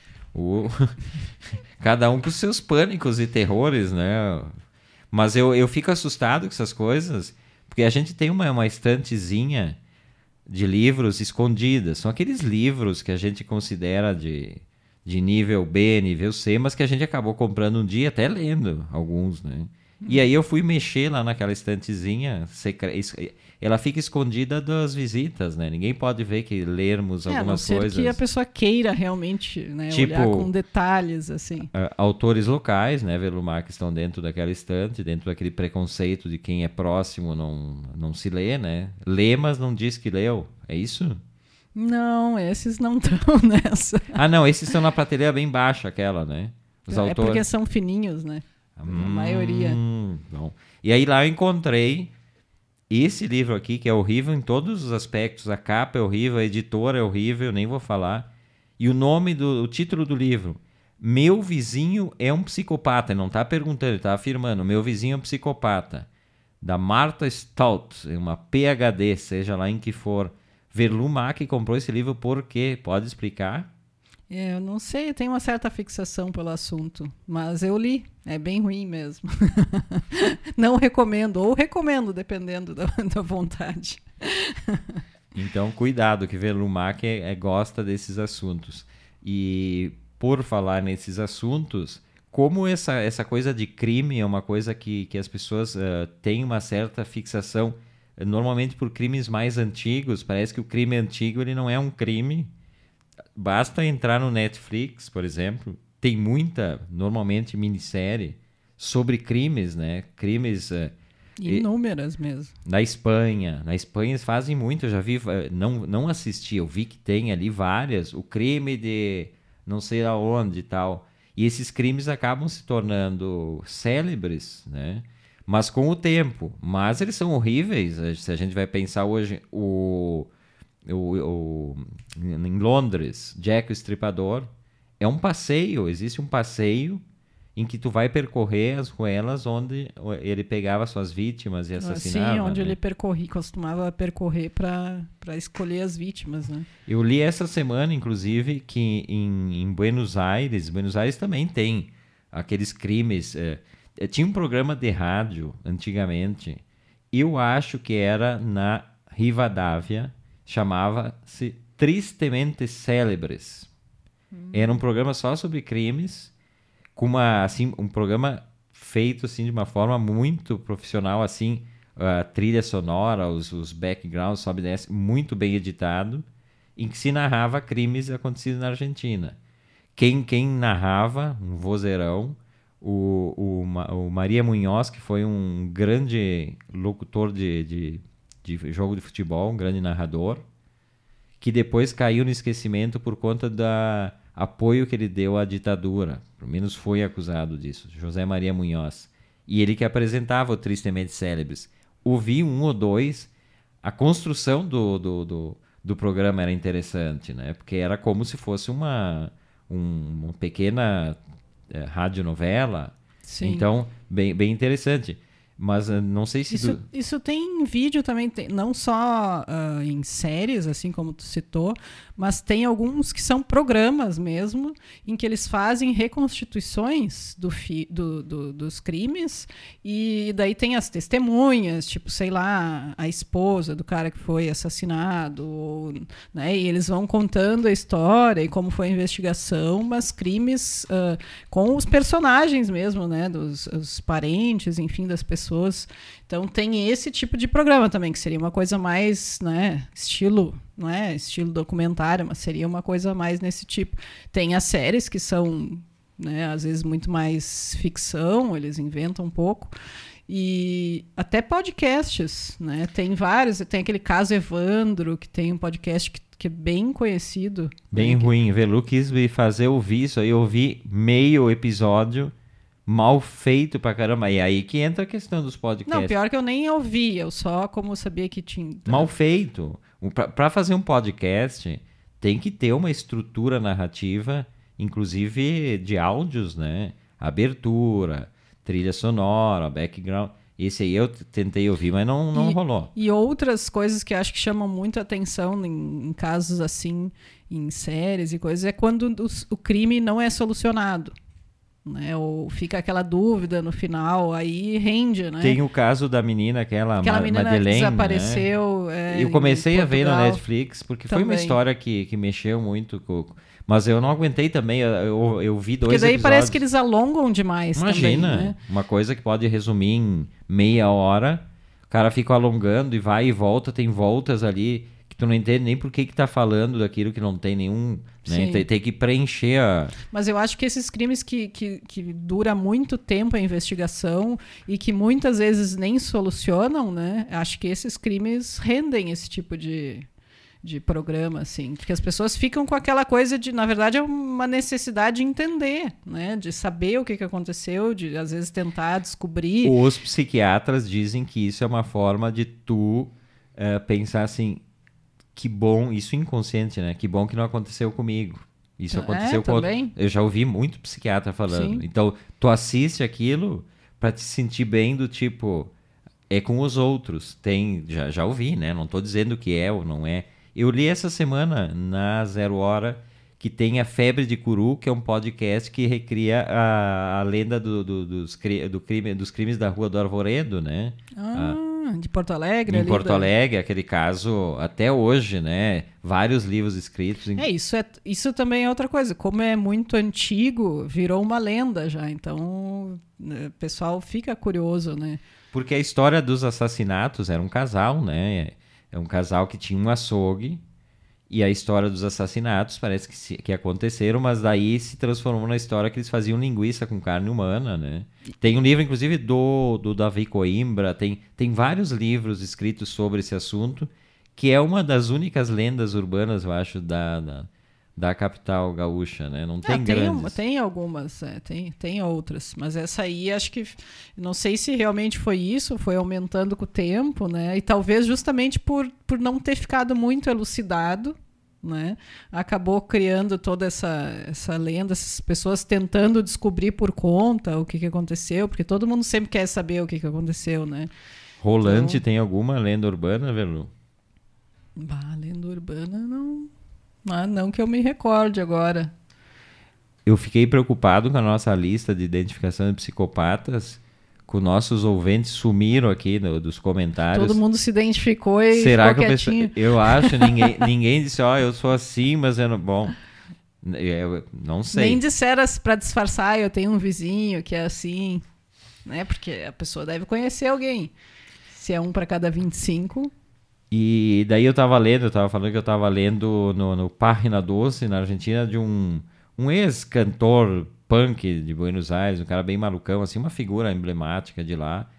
Cada um com seus pânicos e terrores, né? Mas eu fico assustado com essas coisas, porque a gente tem uma estantezinha de livros escondidas. São aqueles livros que a gente considera de nível B, nível C, mas que a gente acabou comprando um dia, até lendo alguns, né? E aí eu fui mexer lá naquela estantezinha, ela fica escondida das visitas, né? Ninguém pode ver que lermos algumas a não ser coisas. Que a pessoa queira realmente, né, tipo, olhar com detalhes, assim. Autores locais, né, Velumar, que estão dentro daquela estante, dentro daquele preconceito de quem é próximo não se lê, né? Lê, mas não diz que leu. É isso? Não, esses não estão nessa. Ah, não, esses estão na prateleira bem baixa, aquela, né? Os É autores... porque são fininhos, né? A maioria. Bom. E aí lá eu encontrei esse livro aqui, que é horrível em todos os aspectos. A capa é horrível, a editora é horrível, nem vou falar. E o título do livro, Meu Vizinho é um Psicopata. Ele não está perguntando, ele está afirmando, Meu Vizinho é um Psicopata. Da Martha Stout, uma PhD, seja lá em que for. Verlumac comprou esse livro por quê? Pode explicar? Eu não sei, eu tenho uma certa fixação pelo assunto, mas eu li, é bem ruim mesmo. Não recomendo, ou recomendo, dependendo da vontade. Então, cuidado, que Verlumac gosta desses assuntos. E por falar nesses assuntos, como essa coisa de crime é uma coisa que as pessoas têm uma certa fixação, normalmente por crimes mais antigos, parece que o crime antigo ele não é um crime. Basta entrar no Netflix, por exemplo, tem muita, normalmente, minissérie sobre crimes, né? Crimes... Inúmeras mesmo. Na Espanha eles fazem muito, eu já vi, não assisti, eu vi que tem ali várias, o crime de não sei aonde e tal. E esses crimes acabam se tornando célebres, né? Mas com o tempo. Mas eles são horríveis, se a gente vai pensar hoje, em Londres, Jack o Estripador, é um passeio, existe um passeio em que tu vai percorrer as ruelas onde ele pegava suas vítimas e assassinava. Sim, onde né? ele costumava percorrer para escolher as vítimas, né? Eu li essa semana, inclusive, que em Buenos Aires também tem aqueles crimes. Tinha um programa de rádio antigamente, eu acho que era na Rivadavia, chamava-se Tristemente Célebres. Era um programa só sobre crimes, com um programa feito assim, de uma forma muito profissional, assim, a trilha sonora, os backgrounds, sobe e desce, muito bem editado, em que se narrava crimes acontecidos na Argentina. Quem narrava, um vozeirão, o Maria Munhoz, que foi um grande locutor de jogo de futebol, um grande narrador, que depois caiu no esquecimento por conta do apoio que ele deu à ditadura. Pelo menos foi acusado disso. José Maria Munhoz. E ele que apresentava o Tristemente Célebres. Ouvi um ou dois. A construção do programa era interessante, né? Porque era como se fosse uma pequena radionovela. Sim. Então, bem interessante. Mas não sei se... Isso tem em vídeo também, não só em séries, assim como tu citou, mas tem alguns que são programas mesmo, em que eles fazem reconstituições dos crimes, e daí tem as testemunhas, tipo, sei lá, a esposa do cara que foi assassinado, né, e eles vão contando a história e como foi a investigação, mas crimes com os personagens mesmo, né, os parentes, enfim, das pessoas. Então tem esse tipo de programa também, que seria uma coisa mais, né, estilo documentário, mas seria uma coisa mais nesse tipo. Tem as séries que são, né, às vezes muito mais ficção, eles inventam um pouco. E até podcasts, né? Tem vários, tem aquele Caso Evandro, que tem um podcast que é bem conhecido. Bem ruim, Velu quis me fazer ouvir isso aí, eu ouvi meio episódio, mal feito pra caramba. E aí que entra a questão dos podcasts. Não, pior que eu nem ouvi, eu só como sabia que tinha... Mal feito. Pra fazer um podcast, tem que ter uma estrutura narrativa, inclusive de áudios, né? Abertura, trilha sonora, background. Esse aí eu tentei ouvir, mas não rolou. E outras coisas que acho que chamam muito atenção em casos assim, em séries e coisas, é quando o crime não é solucionado. Né? Ou fica aquela dúvida no final, aí rende, né? Tem o caso da menina, aquela menina Madeleine, que desapareceu. Né? Eu comecei a ver na Netflix, porque também foi uma história que mexeu muito com... Mas eu não aguentei também, eu vi 2 episódios. Porque daí parece que eles alongam demais. Imagina, também, né? Uma coisa que pode resumir em meia hora, o cara fica alongando e vai e volta, tem voltas ali que tu não entende nem por que tá falando daquilo que não tem nenhum... Né? Tem que preencher a... Mas eu acho que esses crimes que dura muito tempo a investigação e que muitas vezes nem solucionam, né? Acho que esses crimes rendem esse tipo de programa, assim. Porque as pessoas ficam com aquela coisa de, na verdade, é uma necessidade de entender, né? De saber o que aconteceu, de, às vezes, tentar descobrir. Os psiquiatras dizem que isso é uma forma de tu pensar assim... Que bom, isso inconsciente, né? Que bom que não aconteceu comigo. Isso aconteceu com outro. Eu já ouvi muito psiquiatra falando. Sim. Então, tu assiste aquilo pra te sentir bem do tipo... É com os outros. Já ouvi, né? Não tô dizendo que é ou não é. Eu li essa semana, na 0 Hora, que tem a Febre de Curu, que é um podcast que recria a lenda dos crimes da Rua do Arvoredo, né? De Porto Alegre. Em Porto Alegre, aquele caso até hoje, né? Vários livros escritos. Isso também é outra coisa. Como é muito antigo, virou uma lenda já. Então, o pessoal fica curioso, né? Porque a história dos assassinatos era um casal, né? É um casal que tinha um açougue. E a história dos assassinatos parece que aconteceram, mas daí se transformou na história que eles faziam linguiça com carne humana, né? Tem um livro, inclusive, do Davi Coimbra, tem vários livros escritos sobre esse assunto, que é uma das únicas lendas urbanas, eu acho, da capital gaúcha, né? Não tem grandes. Tem algumas, tem outras, mas essa aí acho que, não sei se realmente foi isso, foi aumentando com o tempo, né? E talvez justamente por não ter ficado muito elucidado, né? Acabou criando toda essa lenda, essas pessoas tentando descobrir por conta o que aconteceu, porque todo mundo sempre quer saber o que aconteceu, né? Rolante então... tem alguma lenda urbana, Velu? Lenda urbana não que eu me recorde agora. Eu fiquei preocupado com a nossa lista de identificação de psicopatas, com nossos ouvintes sumiram aqui dos comentários. Todo mundo se identificou e será ficou que quietinho. Eu acho, ninguém disse, eu sou assim, mas eu não... Bom, eu não sei. Nem disseram para disfarçar, eu tenho um vizinho que é assim, né? Porque a pessoa deve conhecer alguém. Se é 1 para cada 25... E daí eu tava falando que eu tava lendo no Página Doce, na Argentina, de um ex-cantor punk de Buenos Aires, um cara bem malucão, assim, uma figura emblemática de lá.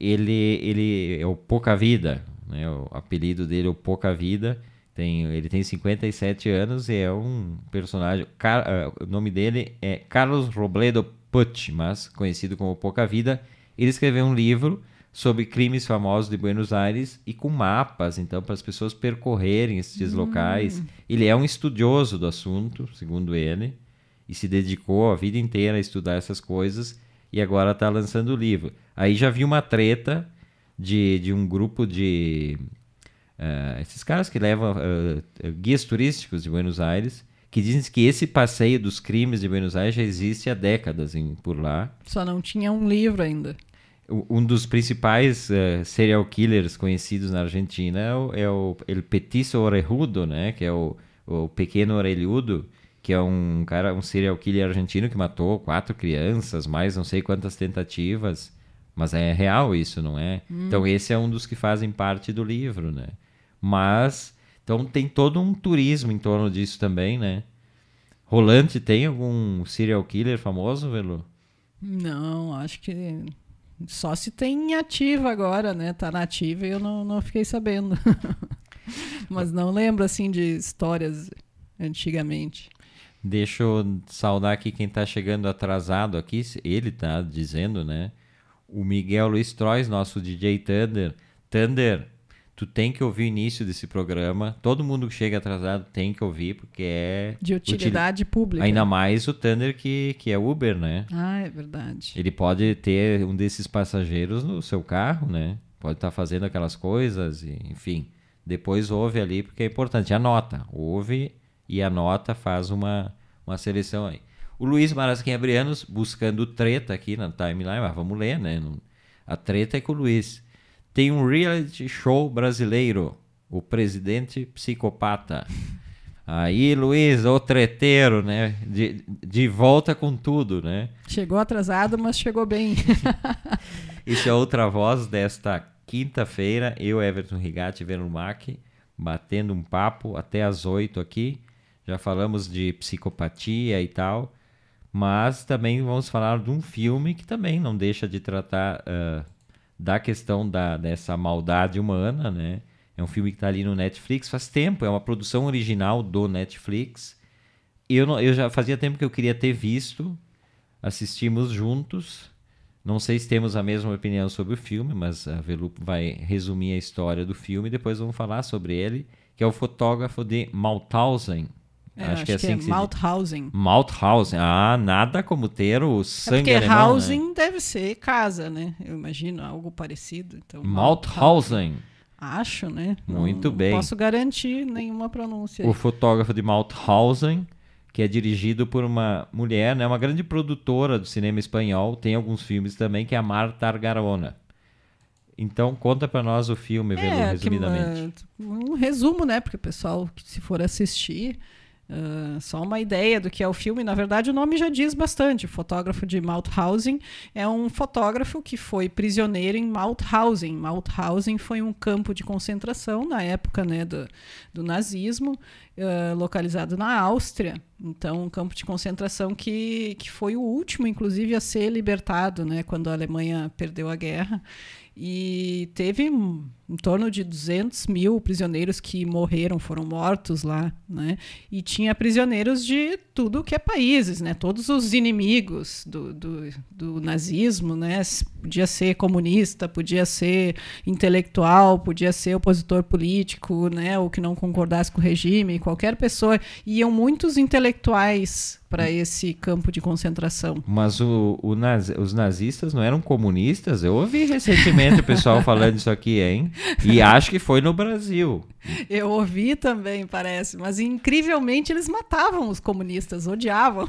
Ele é o Pouca Vida, né? O apelido dele é o Pouca Vida. Ele tem 57 anos e é um personagem... o nome dele é Carlos Robledo Puch, mas conhecido como Pouca Vida. Ele escreveu um livro sobre crimes famosos de Buenos Aires e com mapas, então, para as pessoas percorrerem esses locais. Ele é um estudioso do assunto, segundo ele, e se dedicou a vida inteira a estudar essas coisas. e agora está lançando o livro. Aí já vi uma treta de um grupo de... esses caras que levam guias turísticos de Buenos Aires, que dizem que esse passeio dos crimes de Buenos Aires já existe há décadas por lá. Só não tinha um livro ainda. Um dos principais serial killers conhecidos na Argentina é o El Petiso Orejudo, né? Que é o pequeno orelhudo, que é um serial killer argentino que matou 4 crianças, mais não sei quantas tentativas. Mas é real isso, não é? Então esse é um dos que fazem parte do livro, né? Mas, então tem todo um turismo em torno disso também, né? Rolante tem algum serial killer famoso, Velu? Não, acho que só se tem ativa agora, né? Tá na ativa e eu não fiquei sabendo. Mas não lembro, assim, de histórias antigamente. Deixa eu saudar aqui quem tá chegando atrasado aqui. Ele tá dizendo, né? O Miguel Luiz Trois, nosso DJ Thunder. Thunder, tu tem que ouvir o início desse programa. Todo mundo que chega atrasado tem que ouvir, porque é... De utilidade pública. Ainda mais o Thunder que é Uber, né? Ah, é verdade. Ele pode ter um desses passageiros no seu carro, né? Pode estar fazendo aquelas coisas, enfim. Depois ouve ali, porque é importante. Anota. Ouve e anota, faz uma seleção aí. O Luiz Marasquim Abrianos buscando treta aqui na timeline. Mas vamos ler, né? A treta é com o Luiz. Tem um reality show brasileiro, O Presidente Psicopata. Aí, Luiz, o treteiro, né? De volta com tudo, né? Chegou atrasado, mas chegou bem. Isso é outra voz desta quinta-feira. Eu, Everton Rigatti, Venumac, batendo um papo até às 8 aqui. Já falamos de psicopatia e tal. Mas também vamos falar de um filme que também não deixa de tratar... da questão dessa maldade humana, né? É um filme que está ali no Netflix faz tempo, é uma produção original do Netflix. Eu já fazia tempo que eu queria ter visto, assistimos juntos. Não sei se temos a mesma opinião sobre o filme, mas a Velu vai resumir a história do filme e depois vamos falar sobre ele, que é o Fotógrafo de Mauthausen. Acho que é assim que Mauthausen. Mauthausen. Ah, nada como ter o sangue porque alemão, housing, né? Deve ser casa, né? Eu imagino, algo parecido. Então, Mauthausen. Acho, né? Muito bem. Não posso garantir nenhuma pronúncia. O Fotógrafo de Mauthausen, que é dirigido por uma mulher, né? Uma grande produtora do cinema espanhol. Tem alguns filmes também, que é a Marta Argarona. Então, conta pra nós o filme, Velu, resumidamente. Um resumo, né? Porque o pessoal, se for assistir... só uma ideia do que é o filme. Na verdade, o nome já diz bastante. O Fotógrafo de Mauthausen é um fotógrafo que foi prisioneiro em Mauthausen. Mauthausen foi um campo de concentração na época, né, do nazismo, localizado na Áustria. Então, um campo de concentração que foi o último, inclusive, a ser libertado, né, quando a Alemanha perdeu a guerra. E teve em torno de 200 mil prisioneiros que foram mortos lá, né? E tinha prisioneiros de tudo que é países, né? Todos os inimigos do nazismo, né? Podia ser comunista, podia ser intelectual, podia ser opositor político, né? Ou que não concordasse com o regime, qualquer pessoa. Iam muitos intelectuais para esse campo de concentração. Mas os nazistas não eram comunistas? Eu ouvi recentemente o pessoal falando isso aqui, hein? E acho que foi no Brasil. Eu ouvi também, parece. Mas, incrivelmente, eles matavam os comunistas, odiavam.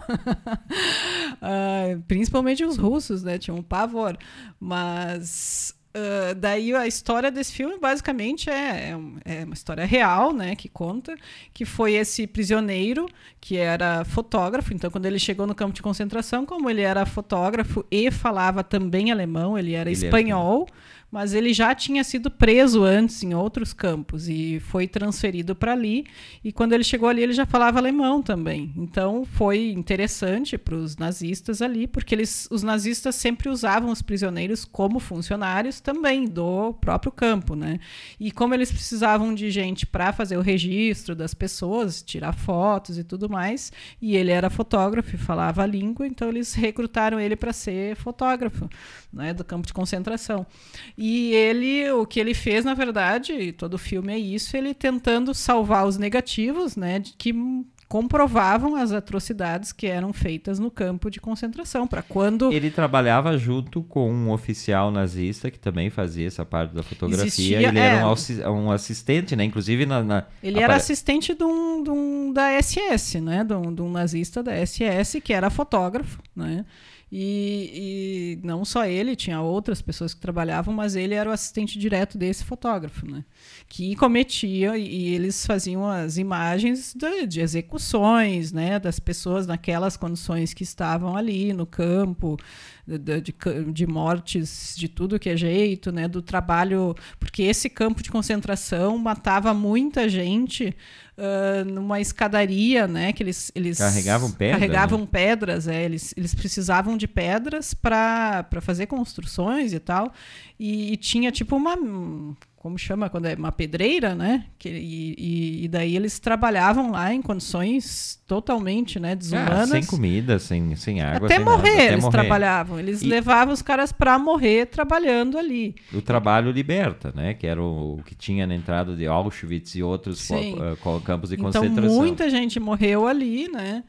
Principalmente os russos, né? Tinham um pavor. Mas... daí a história desse filme basicamente é uma história real, né, que conta que foi esse prisioneiro que era fotógrafo. Então, quando ele chegou no campo de concentração, como ele era fotógrafo e falava também alemão, ele era espanhol, mas ele já tinha sido preso antes em outros campos e foi transferido para ali. E quando ele chegou ali, ele já falava alemão também. Então, foi interessante para os nazistas ali, porque os nazistas sempre usavam os prisioneiros como funcionários também do próprio campo, né? E como eles precisavam de gente para fazer o registro das pessoas, tirar fotos e tudo mais, e ele era fotógrafo e falava a língua, então eles recrutaram ele para ser fotógrafo, né, do campo de concentração. E o que ele fez, na verdade, todo o filme é isso, ele tentando salvar os negativos, né, que comprovavam as atrocidades que eram feitas no campo de concentração. Para quando... Ele trabalhava junto com um oficial nazista que também fazia essa parte da fotografia. Ele era um assistente, né? Inclusive ele era assistente da SS, né? De um nazista da SS que era fotógrafo, né? E não só ele, tinha outras pessoas que trabalhavam, mas ele era o assistente direto desse fotógrafo, né? Que cometia, e eles faziam as imagens de execuções, né? Das pessoas naquelas condições que estavam ali no campo, de mortes de tudo que é jeito, né? Do trabalho, porque esse campo de concentração matava muita gente numa escadaria, né? Que eles carregavam pedras, eles precisavam de pedras para fazer construções e tal, e tinha tipo como chama quando é uma pedreira, né? E daí eles trabalhavam lá em condições totalmente, né, desumanas. Sem comida, sem água. Até morrer eles trabalhavam. Eles levavam os caras para morrer trabalhando ali. O trabalho liberta, né? Que era o que tinha na entrada de Auschwitz e outros campos de concentração. Então muita gente morreu ali, né?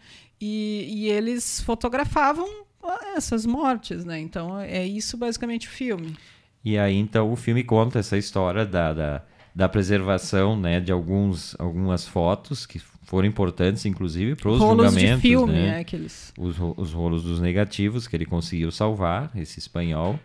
E eles fotografavam essas mortes, né? Então é isso basicamente o filme. E aí, então, o filme conta essa história da preservação, né, de algumas fotos que foram importantes, inclusive, para os julgamentos. Rolos de filme, né? Aqueles... Os rolos dos negativos que ele conseguiu salvar, esse espanhol.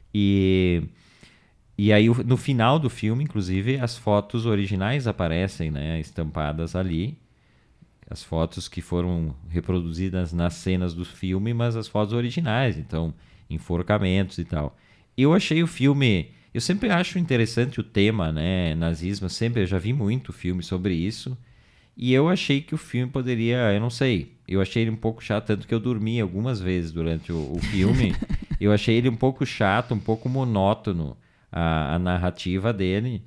E aí, no final do filme, inclusive, as fotos originais aparecem, né, estampadas ali. As fotos que foram reproduzidas nas cenas do filme, mas as fotos originais, então, enforcamentos e tal. Eu achei o filme... Eu sempre acho interessante o tema, né? Nazismo, eu já vi muito filme sobre isso. E eu achei que o filme poderia... Eu não sei. Eu achei ele um pouco chato, tanto que eu dormi algumas vezes durante o filme. Eu achei ele um pouco chato, um pouco monótono, a narrativa dele,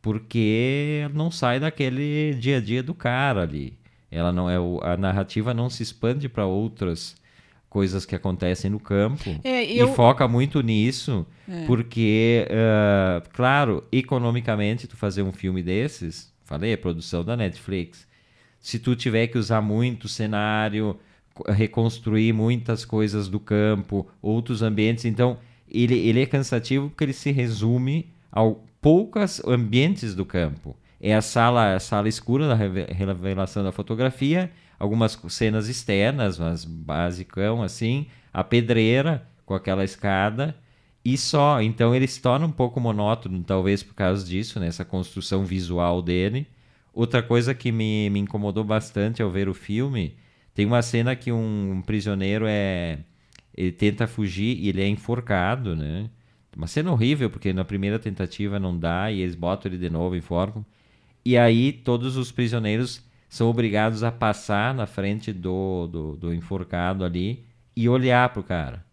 porque não sai daquele dia a dia do cara ali. Ela não é a narrativa não se expande para outras coisas que acontecem no campo e foca muito nisso, porque, claro, economicamente tu fazer um filme desses, falei, a produção da Netflix, se tu tiver que usar muito cenário, reconstruir muitas coisas do campo, outros ambientes, então ele é cansativo porque ele se resume a poucos ambientes do campo. É a sala escura da revelação da fotografia, algumas cenas externas, mas basicão assim, a pedreira com aquela escada e só. Então ele se torna um pouco monótono, talvez por causa disso, né? Essa construção visual dele. Outra coisa que me incomodou bastante ao ver o filme, tem uma cena que um prisioneiro ele tenta fugir e ele é enforcado, né? Uma cena horrível, porque na primeira tentativa não dá e eles botam ele de novo, enforcam. E aí todos os prisioneiros são obrigados a passar na frente do enforcado ali e olhar pro cara.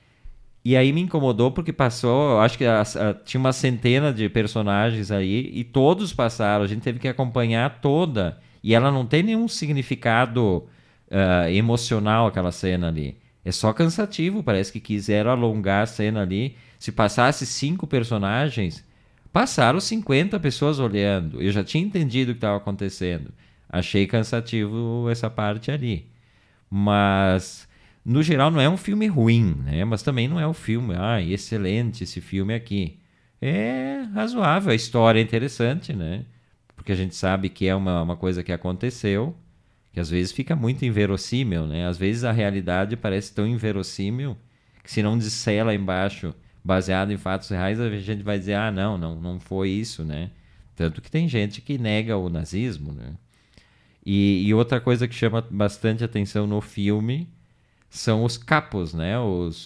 E aí me incomodou porque passou, acho que tinha uma centena de personagens aí e todos passaram, a gente teve que acompanhar toda. E ela não tem nenhum significado emocional, aquela cena ali. É só cansativo, parece que quiseram alongar a cena ali. Se passasse 5 personagens, passaram 50 pessoas olhando. Eu já tinha entendido o que estava acontecendo. Achei cansativo essa parte ali. Mas, no geral, não é um filme ruim, né? Mas também não é um filme, excelente esse filme aqui. É razoável, a história é interessante, né? Porque a gente sabe que é uma coisa que aconteceu, que às vezes fica muito inverossímil, né? Às vezes a realidade parece tão inverossímil que se não disser lá embaixo, baseado em fatos reais, a gente vai dizer, não foi isso, né? Tanto que tem gente que nega o nazismo, né? E outra coisa que chama bastante atenção no filme são os capos, né?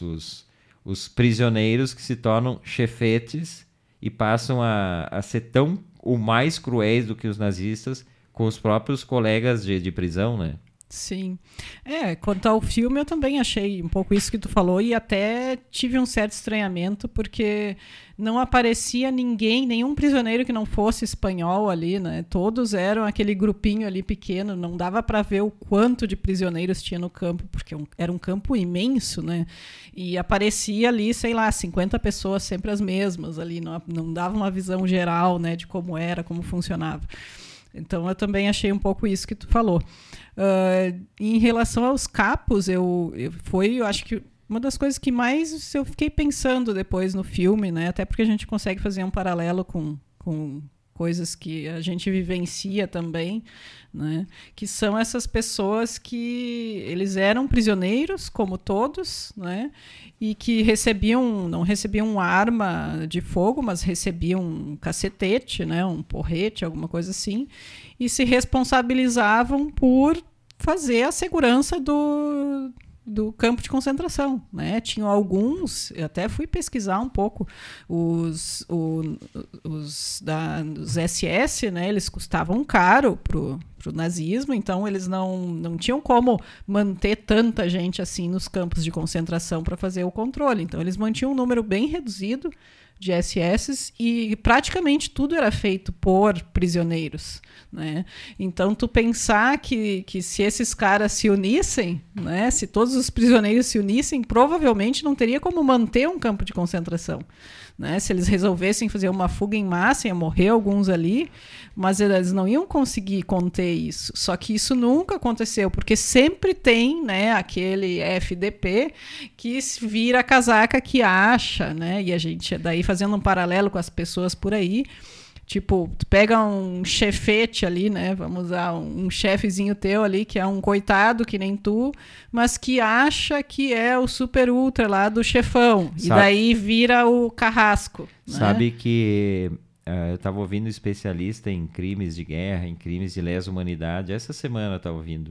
Os prisioneiros que se tornam chefetes e passam a ser tão ou mais cruéis do que os nazistas com os próprios colegas de prisão, né? Sim. Quanto ao filme, eu também achei um pouco isso que tu falou e até tive um certo estranhamento porque não aparecia nenhum prisioneiro que não fosse espanhol ali, né? Todos eram aquele grupinho ali pequeno, não dava para ver o quanto de prisioneiros tinha no campo, porque era um campo imenso, né? E aparecia ali, sei lá, 50 pessoas sempre as mesmas ali, não dava uma visão geral, né, de como era, como funcionava. Então, eu também achei um pouco isso que tu falou. Em relação aos capos, eu acho que uma das coisas que mais eu fiquei pensando depois no filme, né? Até porque a gente consegue fazer um paralelo com coisas que a gente vivencia também, né? Que são essas pessoas que eles eram prisioneiros, como todos, né? E que não recebiam arma de fogo, mas recebiam um cacetete, né? Um porrete, alguma coisa assim, e se responsabilizavam por fazer a segurança do campo de concentração, né? Tinham alguns, eu até fui pesquisar um pouco, os SS, né? Eles custavam caro pro nazismo, então eles não tinham como manter tanta gente assim nos campos de concentração para fazer o controle. Então eles mantinham um número bem reduzido de SS e praticamente tudo era feito por prisioneiros, né? Então, tu pensar que se esses caras se unissem, né, se todos os prisioneiros se unissem, provavelmente não teria como manter um campo de concentração, né? Se eles resolvessem fazer uma fuga em massa, ia morrer alguns ali, mas eles não iam conseguir conter isso. Só que isso nunca aconteceu, porque sempre tem, né, aquele FDP que vira a casaca que acha, né? E a gente, daí fazendo um paralelo com as pessoas por aí, tipo, tu pega um chefete ali, né? Vamos usar um chefezinho teu ali, que é um coitado que nem tu, mas que acha que é o super ultra lá do chefão. E daí vira o carrasco. Sabe né? que eu estava ouvindo especialista em crimes de guerra, em crimes de lesa humanidade. Essa semana eu estava ouvindo.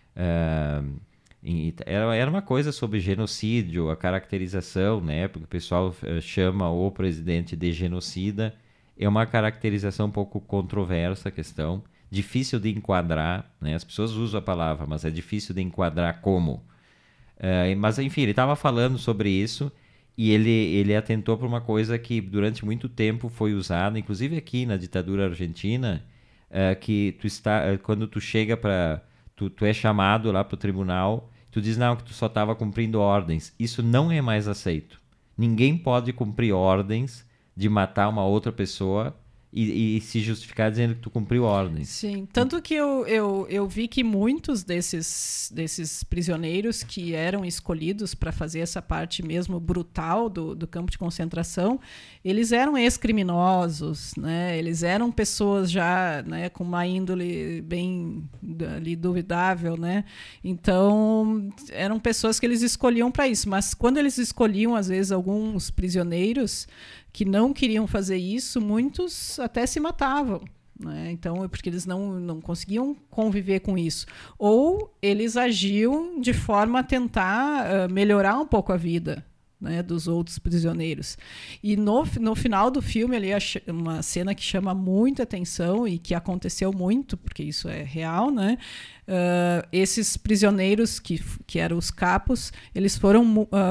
Era uma coisa sobre genocídio, a caracterização, né? Porque o pessoal chama o presidente de genocida. É uma caracterização um pouco controversa a questão, difícil de enquadrar, né? As pessoas usam a palavra, mas é difícil de enquadrar como. Mas, enfim, ele estava falando sobre isso e ele atentou para uma coisa que durante muito tempo foi usada, inclusive aqui na ditadura argentina, que quando tu chega para... Tu é chamado lá para o tribunal, tu diz não, que tu só estava cumprindo ordens. Isso não é mais aceito. Ninguém pode cumprir ordens de matar uma outra pessoa e se justificar dizendo que tu cumpriu ordens. Sim, tanto que eu vi que muitos desses prisioneiros que eram escolhidos para fazer essa parte mesmo brutal do campo de concentração, eles eram ex-criminosos, né? Eles eram pessoas já, né, com uma índole bem ali duvidável, né? Então, eram pessoas que eles escolhiam para isso, mas quando eles escolhiam, às vezes, alguns prisioneiros que não queriam fazer isso, muitos até se matavam, né? Então, porque eles não conseguiam conviver com isso. Ou eles agiam de forma a tentar melhorar um pouco a vida, né, dos outros prisioneiros. E no final do filme, ali, uma cena que chama muita atenção e que aconteceu muito, porque isso é real, né? Esses prisioneiros que eram os capos, eles foram...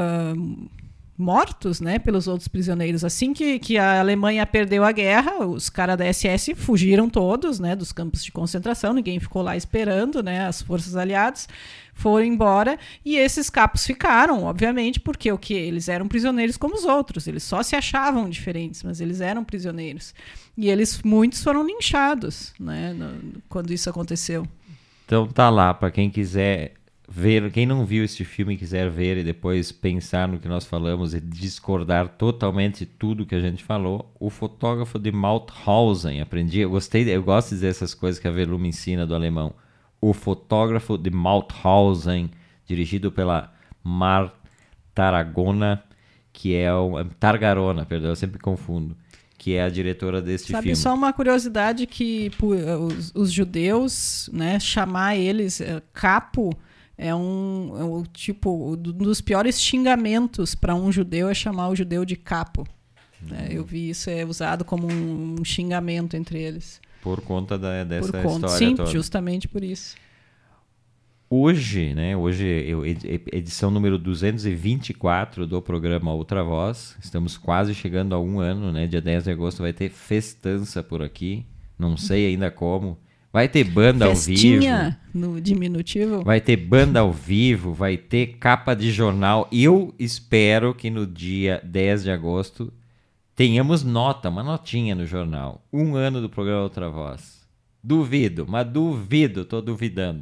mortos, né, pelos outros prisioneiros. Assim que a Alemanha perdeu a guerra, os caras da SS fugiram todos, né, dos campos de concentração, ninguém ficou lá esperando, né, as forças aliadas foram embora e esses capos ficaram, obviamente, porque eles eram prisioneiros como os outros, eles só se achavam diferentes, mas eles eram prisioneiros. E muitos foram linchados, né, quando isso aconteceu. Então tá lá, para quem quiser ver, quem não viu este filme e quiser ver e depois pensar no que nós falamos e discordar totalmente tudo que a gente falou, O Fotógrafo de Mauthausen, eu gosto de dizer essas coisas que a Velu me ensina do alemão. O Fotógrafo de Mauthausen, dirigido pela Mar Tarragona, que é Targarona, perdão, eu sempre confundo, que é a diretora deste filme. Sabe, só uma curiosidade que os judeus, né, chamar eles capo é um dos piores xingamentos para um judeu é chamar o judeu de capo. Eu vi isso usado como um xingamento entre eles. Por conta dessa história sim, toda. Justamente por isso. Hoje, edição número 224 do programa Outra Voz. Estamos quase chegando a 1 ano, né? Dia 10 de agosto vai ter festança por aqui. Não sei ainda como. Vai ter banda Festinha, ao vivo. No diminutivo. Vai ter banda ao vivo, vai ter capa de jornal. Eu espero que no dia 10 de agosto tenhamos uma notinha no jornal. 1 ano do programa Outra Voz. Duvido, mas duvido, tô duvidando.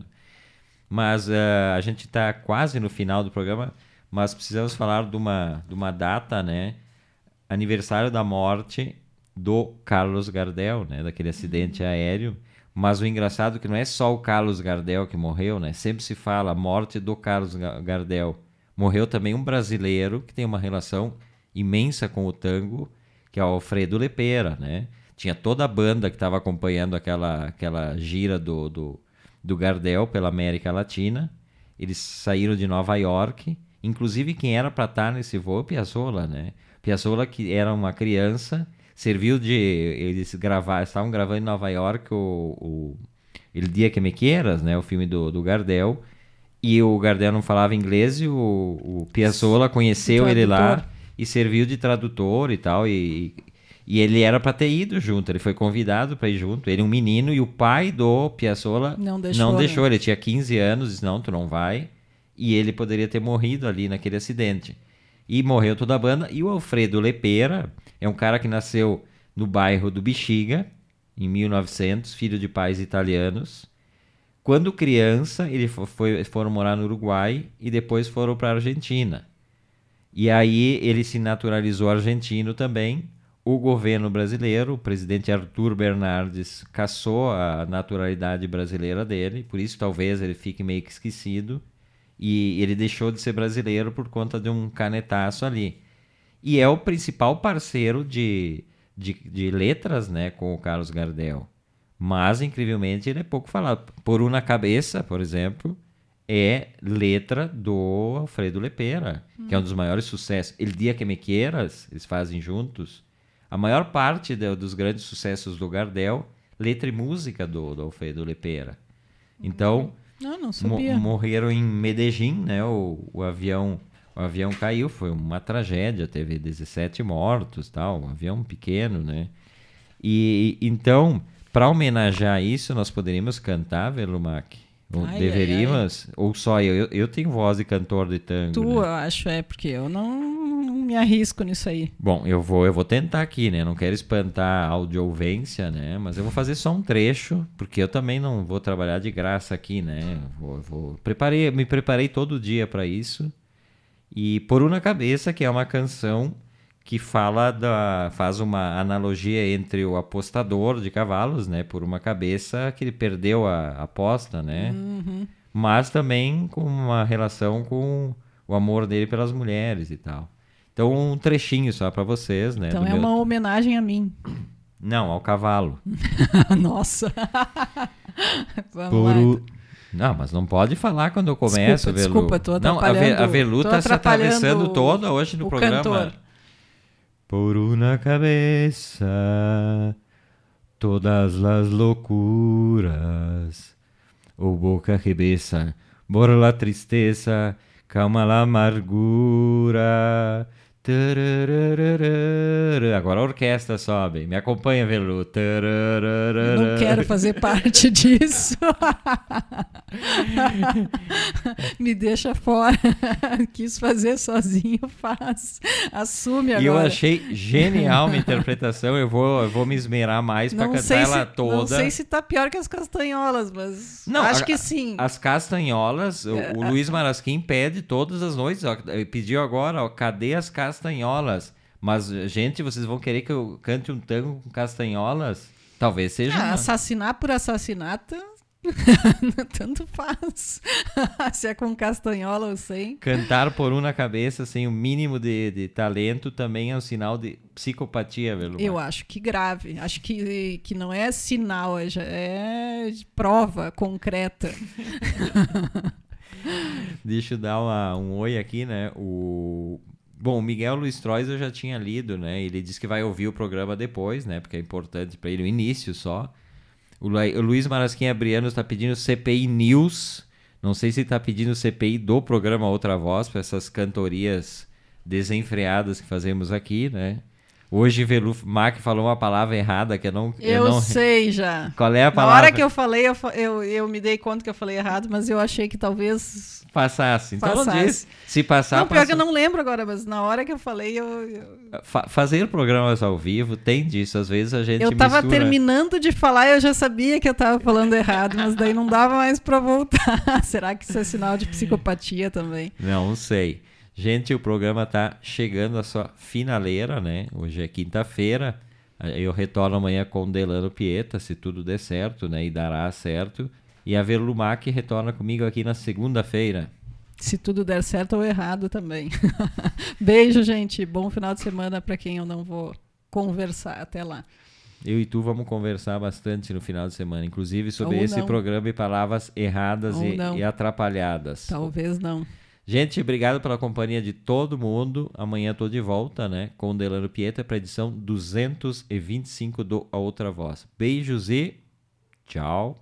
Mas a gente está quase no final do programa, mas precisamos falar de uma data, né? Aniversário da morte do Carlos Gardel, né? Daquele acidente aéreo. Mas o engraçado é que não é só o Carlos Gardel que morreu, né? Sempre se fala a morte do Carlos Gardel. Morreu também um brasileiro que tem uma relação imensa com o tango, que é o Alfredo Lepera, né? Tinha toda a banda que estava acompanhando aquela gira do Gardel pela América Latina. Eles saíram de Nova York. Inclusive, quem era para estar nesse voo é o Piazzolla, né? Piazzolla, que era uma criança, serviu de... Eles estavam gravando em Nova York o El Dia Que Me Quieras, né? O filme do Gardel. E o Gardel não falava inglês e o Piazzolla conheceu ele lá e serviu de tradutor e tal. E ele era para ter ido junto, ele foi convidado para ir junto. Ele, um menino, e o pai do Piazzolla não deixou. Né? Ele tinha 15 anos, disse, não, tu não vai. E ele poderia ter morrido ali naquele acidente. E morreu toda a banda. E o Alfredo Lepera é um cara que nasceu no bairro do Bexiga, em 1900, filho de pais italianos. Quando criança, eles foram morar no Uruguai e depois foram para a Argentina. E aí ele se naturalizou argentino também. O governo brasileiro, o presidente Arthur Bernardes, cassou a naturalidade brasileira dele, por isso talvez ele fique meio que esquecido, e ele deixou de ser brasileiro por conta de um canetaço ali. E é o principal parceiro de letras, né, com o Carlos Gardel. Mas, incrivelmente, ele é pouco falado. Por Una Cabeça, por exemplo, é letra do Alfredo Lepera, que é um dos maiores sucessos. El Dia Que Me Quieras, eles fazem juntos. A maior parte dos grandes sucessos do Gardel, letra e música do Alfredo Lepera. Então, não sabia. Morreram em Medellín, né? O avião caiu, foi uma tragédia, teve 17 mortos, tal, um avião pequeno, né? E então, para homenagear isso, nós poderíamos cantar, Velumac? Deveríamos? Ou só eu tenho voz de cantor de tango. Tu, né? Eu acho, porque eu não me arrisco nisso aí. Bom, eu vou tentar aqui, né? Não quero espantar a audiouvência, né? Mas eu vou fazer só um trecho, porque eu também não vou trabalhar de graça aqui, né? Me preparei todo dia para isso. E Por Una Cabeça, que é uma canção que faz uma analogia entre o apostador de cavalos, né? Por uma cabeça que ele perdeu a aposta, né? Uhum. Mas também com uma relação com o amor dele pelas mulheres e tal. Então, um trechinho só para vocês, né? Então uma homenagem a mim. Não, ao cavalo. Nossa! Vamos lá. Não, mas não pode falar quando eu começo, Velu. Desculpa, tô atrapalhando. Não, a Velu tá se atravessando toda hoje no programa. Cantor. Por una cabeça, todas las locuras, o boca cabeça, por la tristeza, calma la amargura. Agora a orquestra sobe. Me acompanha, Velu. Não quero fazer parte disso. Me deixa fora. Quis fazer sozinho, faz. Assume agora. E eu achei genial minha interpretação. Eu vou me esmerar mais para cantar ela toda. Não sei se tá pior que as castanholas, mas não, acho que sim. As castanholas, o Luiz Marasquim pede todas as noites. Ó, pediu agora, ó, cadê as castanholas? Mas, gente, vocês vão querer que eu cante um tango com castanholas? Talvez seja. Assassinar por assassinato, tanto faz. Se é com castanhola ou sem. Cantar por Una Cabeça sem o mínimo de talento também é um sinal de psicopatia, Velho. Eu acho que grave. Acho que não é sinal, é prova concreta. Deixa eu dar um oi aqui, né? Bom, o Miguel Luiz Trois eu já tinha lido, né? Ele disse que vai ouvir o programa depois, né? Porque é importante para ele o início só. O Luiz Marasquim Abriano está pedindo CPI News. Não sei se está pedindo CPI do programa Outra Voz, para essas cantorias desenfreadas que fazemos aqui, né? Hoje Velu Mac falou uma palavra errada que eu não... Eu sei já. Qual é a Na palavra? hora que eu falei, eu me dei conta que eu falei errado, mas eu achei que talvez Passasse. Então não passasse. diz. Se passar, Não, pior que passa. eu não lembro agora, mas na hora que eu falei, Fazer programas ao vivo tem disso. Às vezes a gente eu tava mistura... terminando de falar e eu já sabia que eu tava falando errado, mas daí não dava mais pra voltar. Será que isso é sinal de psicopatia também? Não sei. Gente, o programa tá chegando à sua finaleira, né? Hoje é quinta-feira. Eu retorno amanhã com Delano Pieta, se tudo der certo, né? E dará certo. E a Verlumac retorna comigo aqui na segunda-feira. Se tudo der certo ou errado também. Beijo, gente. Bom final de semana pra quem eu não vou conversar. Até lá. Eu e tu vamos conversar bastante no final de semana, inclusive sobre Ou esse não. programa e palavras erradas Ou não. e atrapalhadas. Talvez não. Gente, obrigado pela companhia de todo mundo. Amanhã tô de volta, né? Com o Delano Pieta para a edição 225 do A Outra Voz. Beijos e tchau.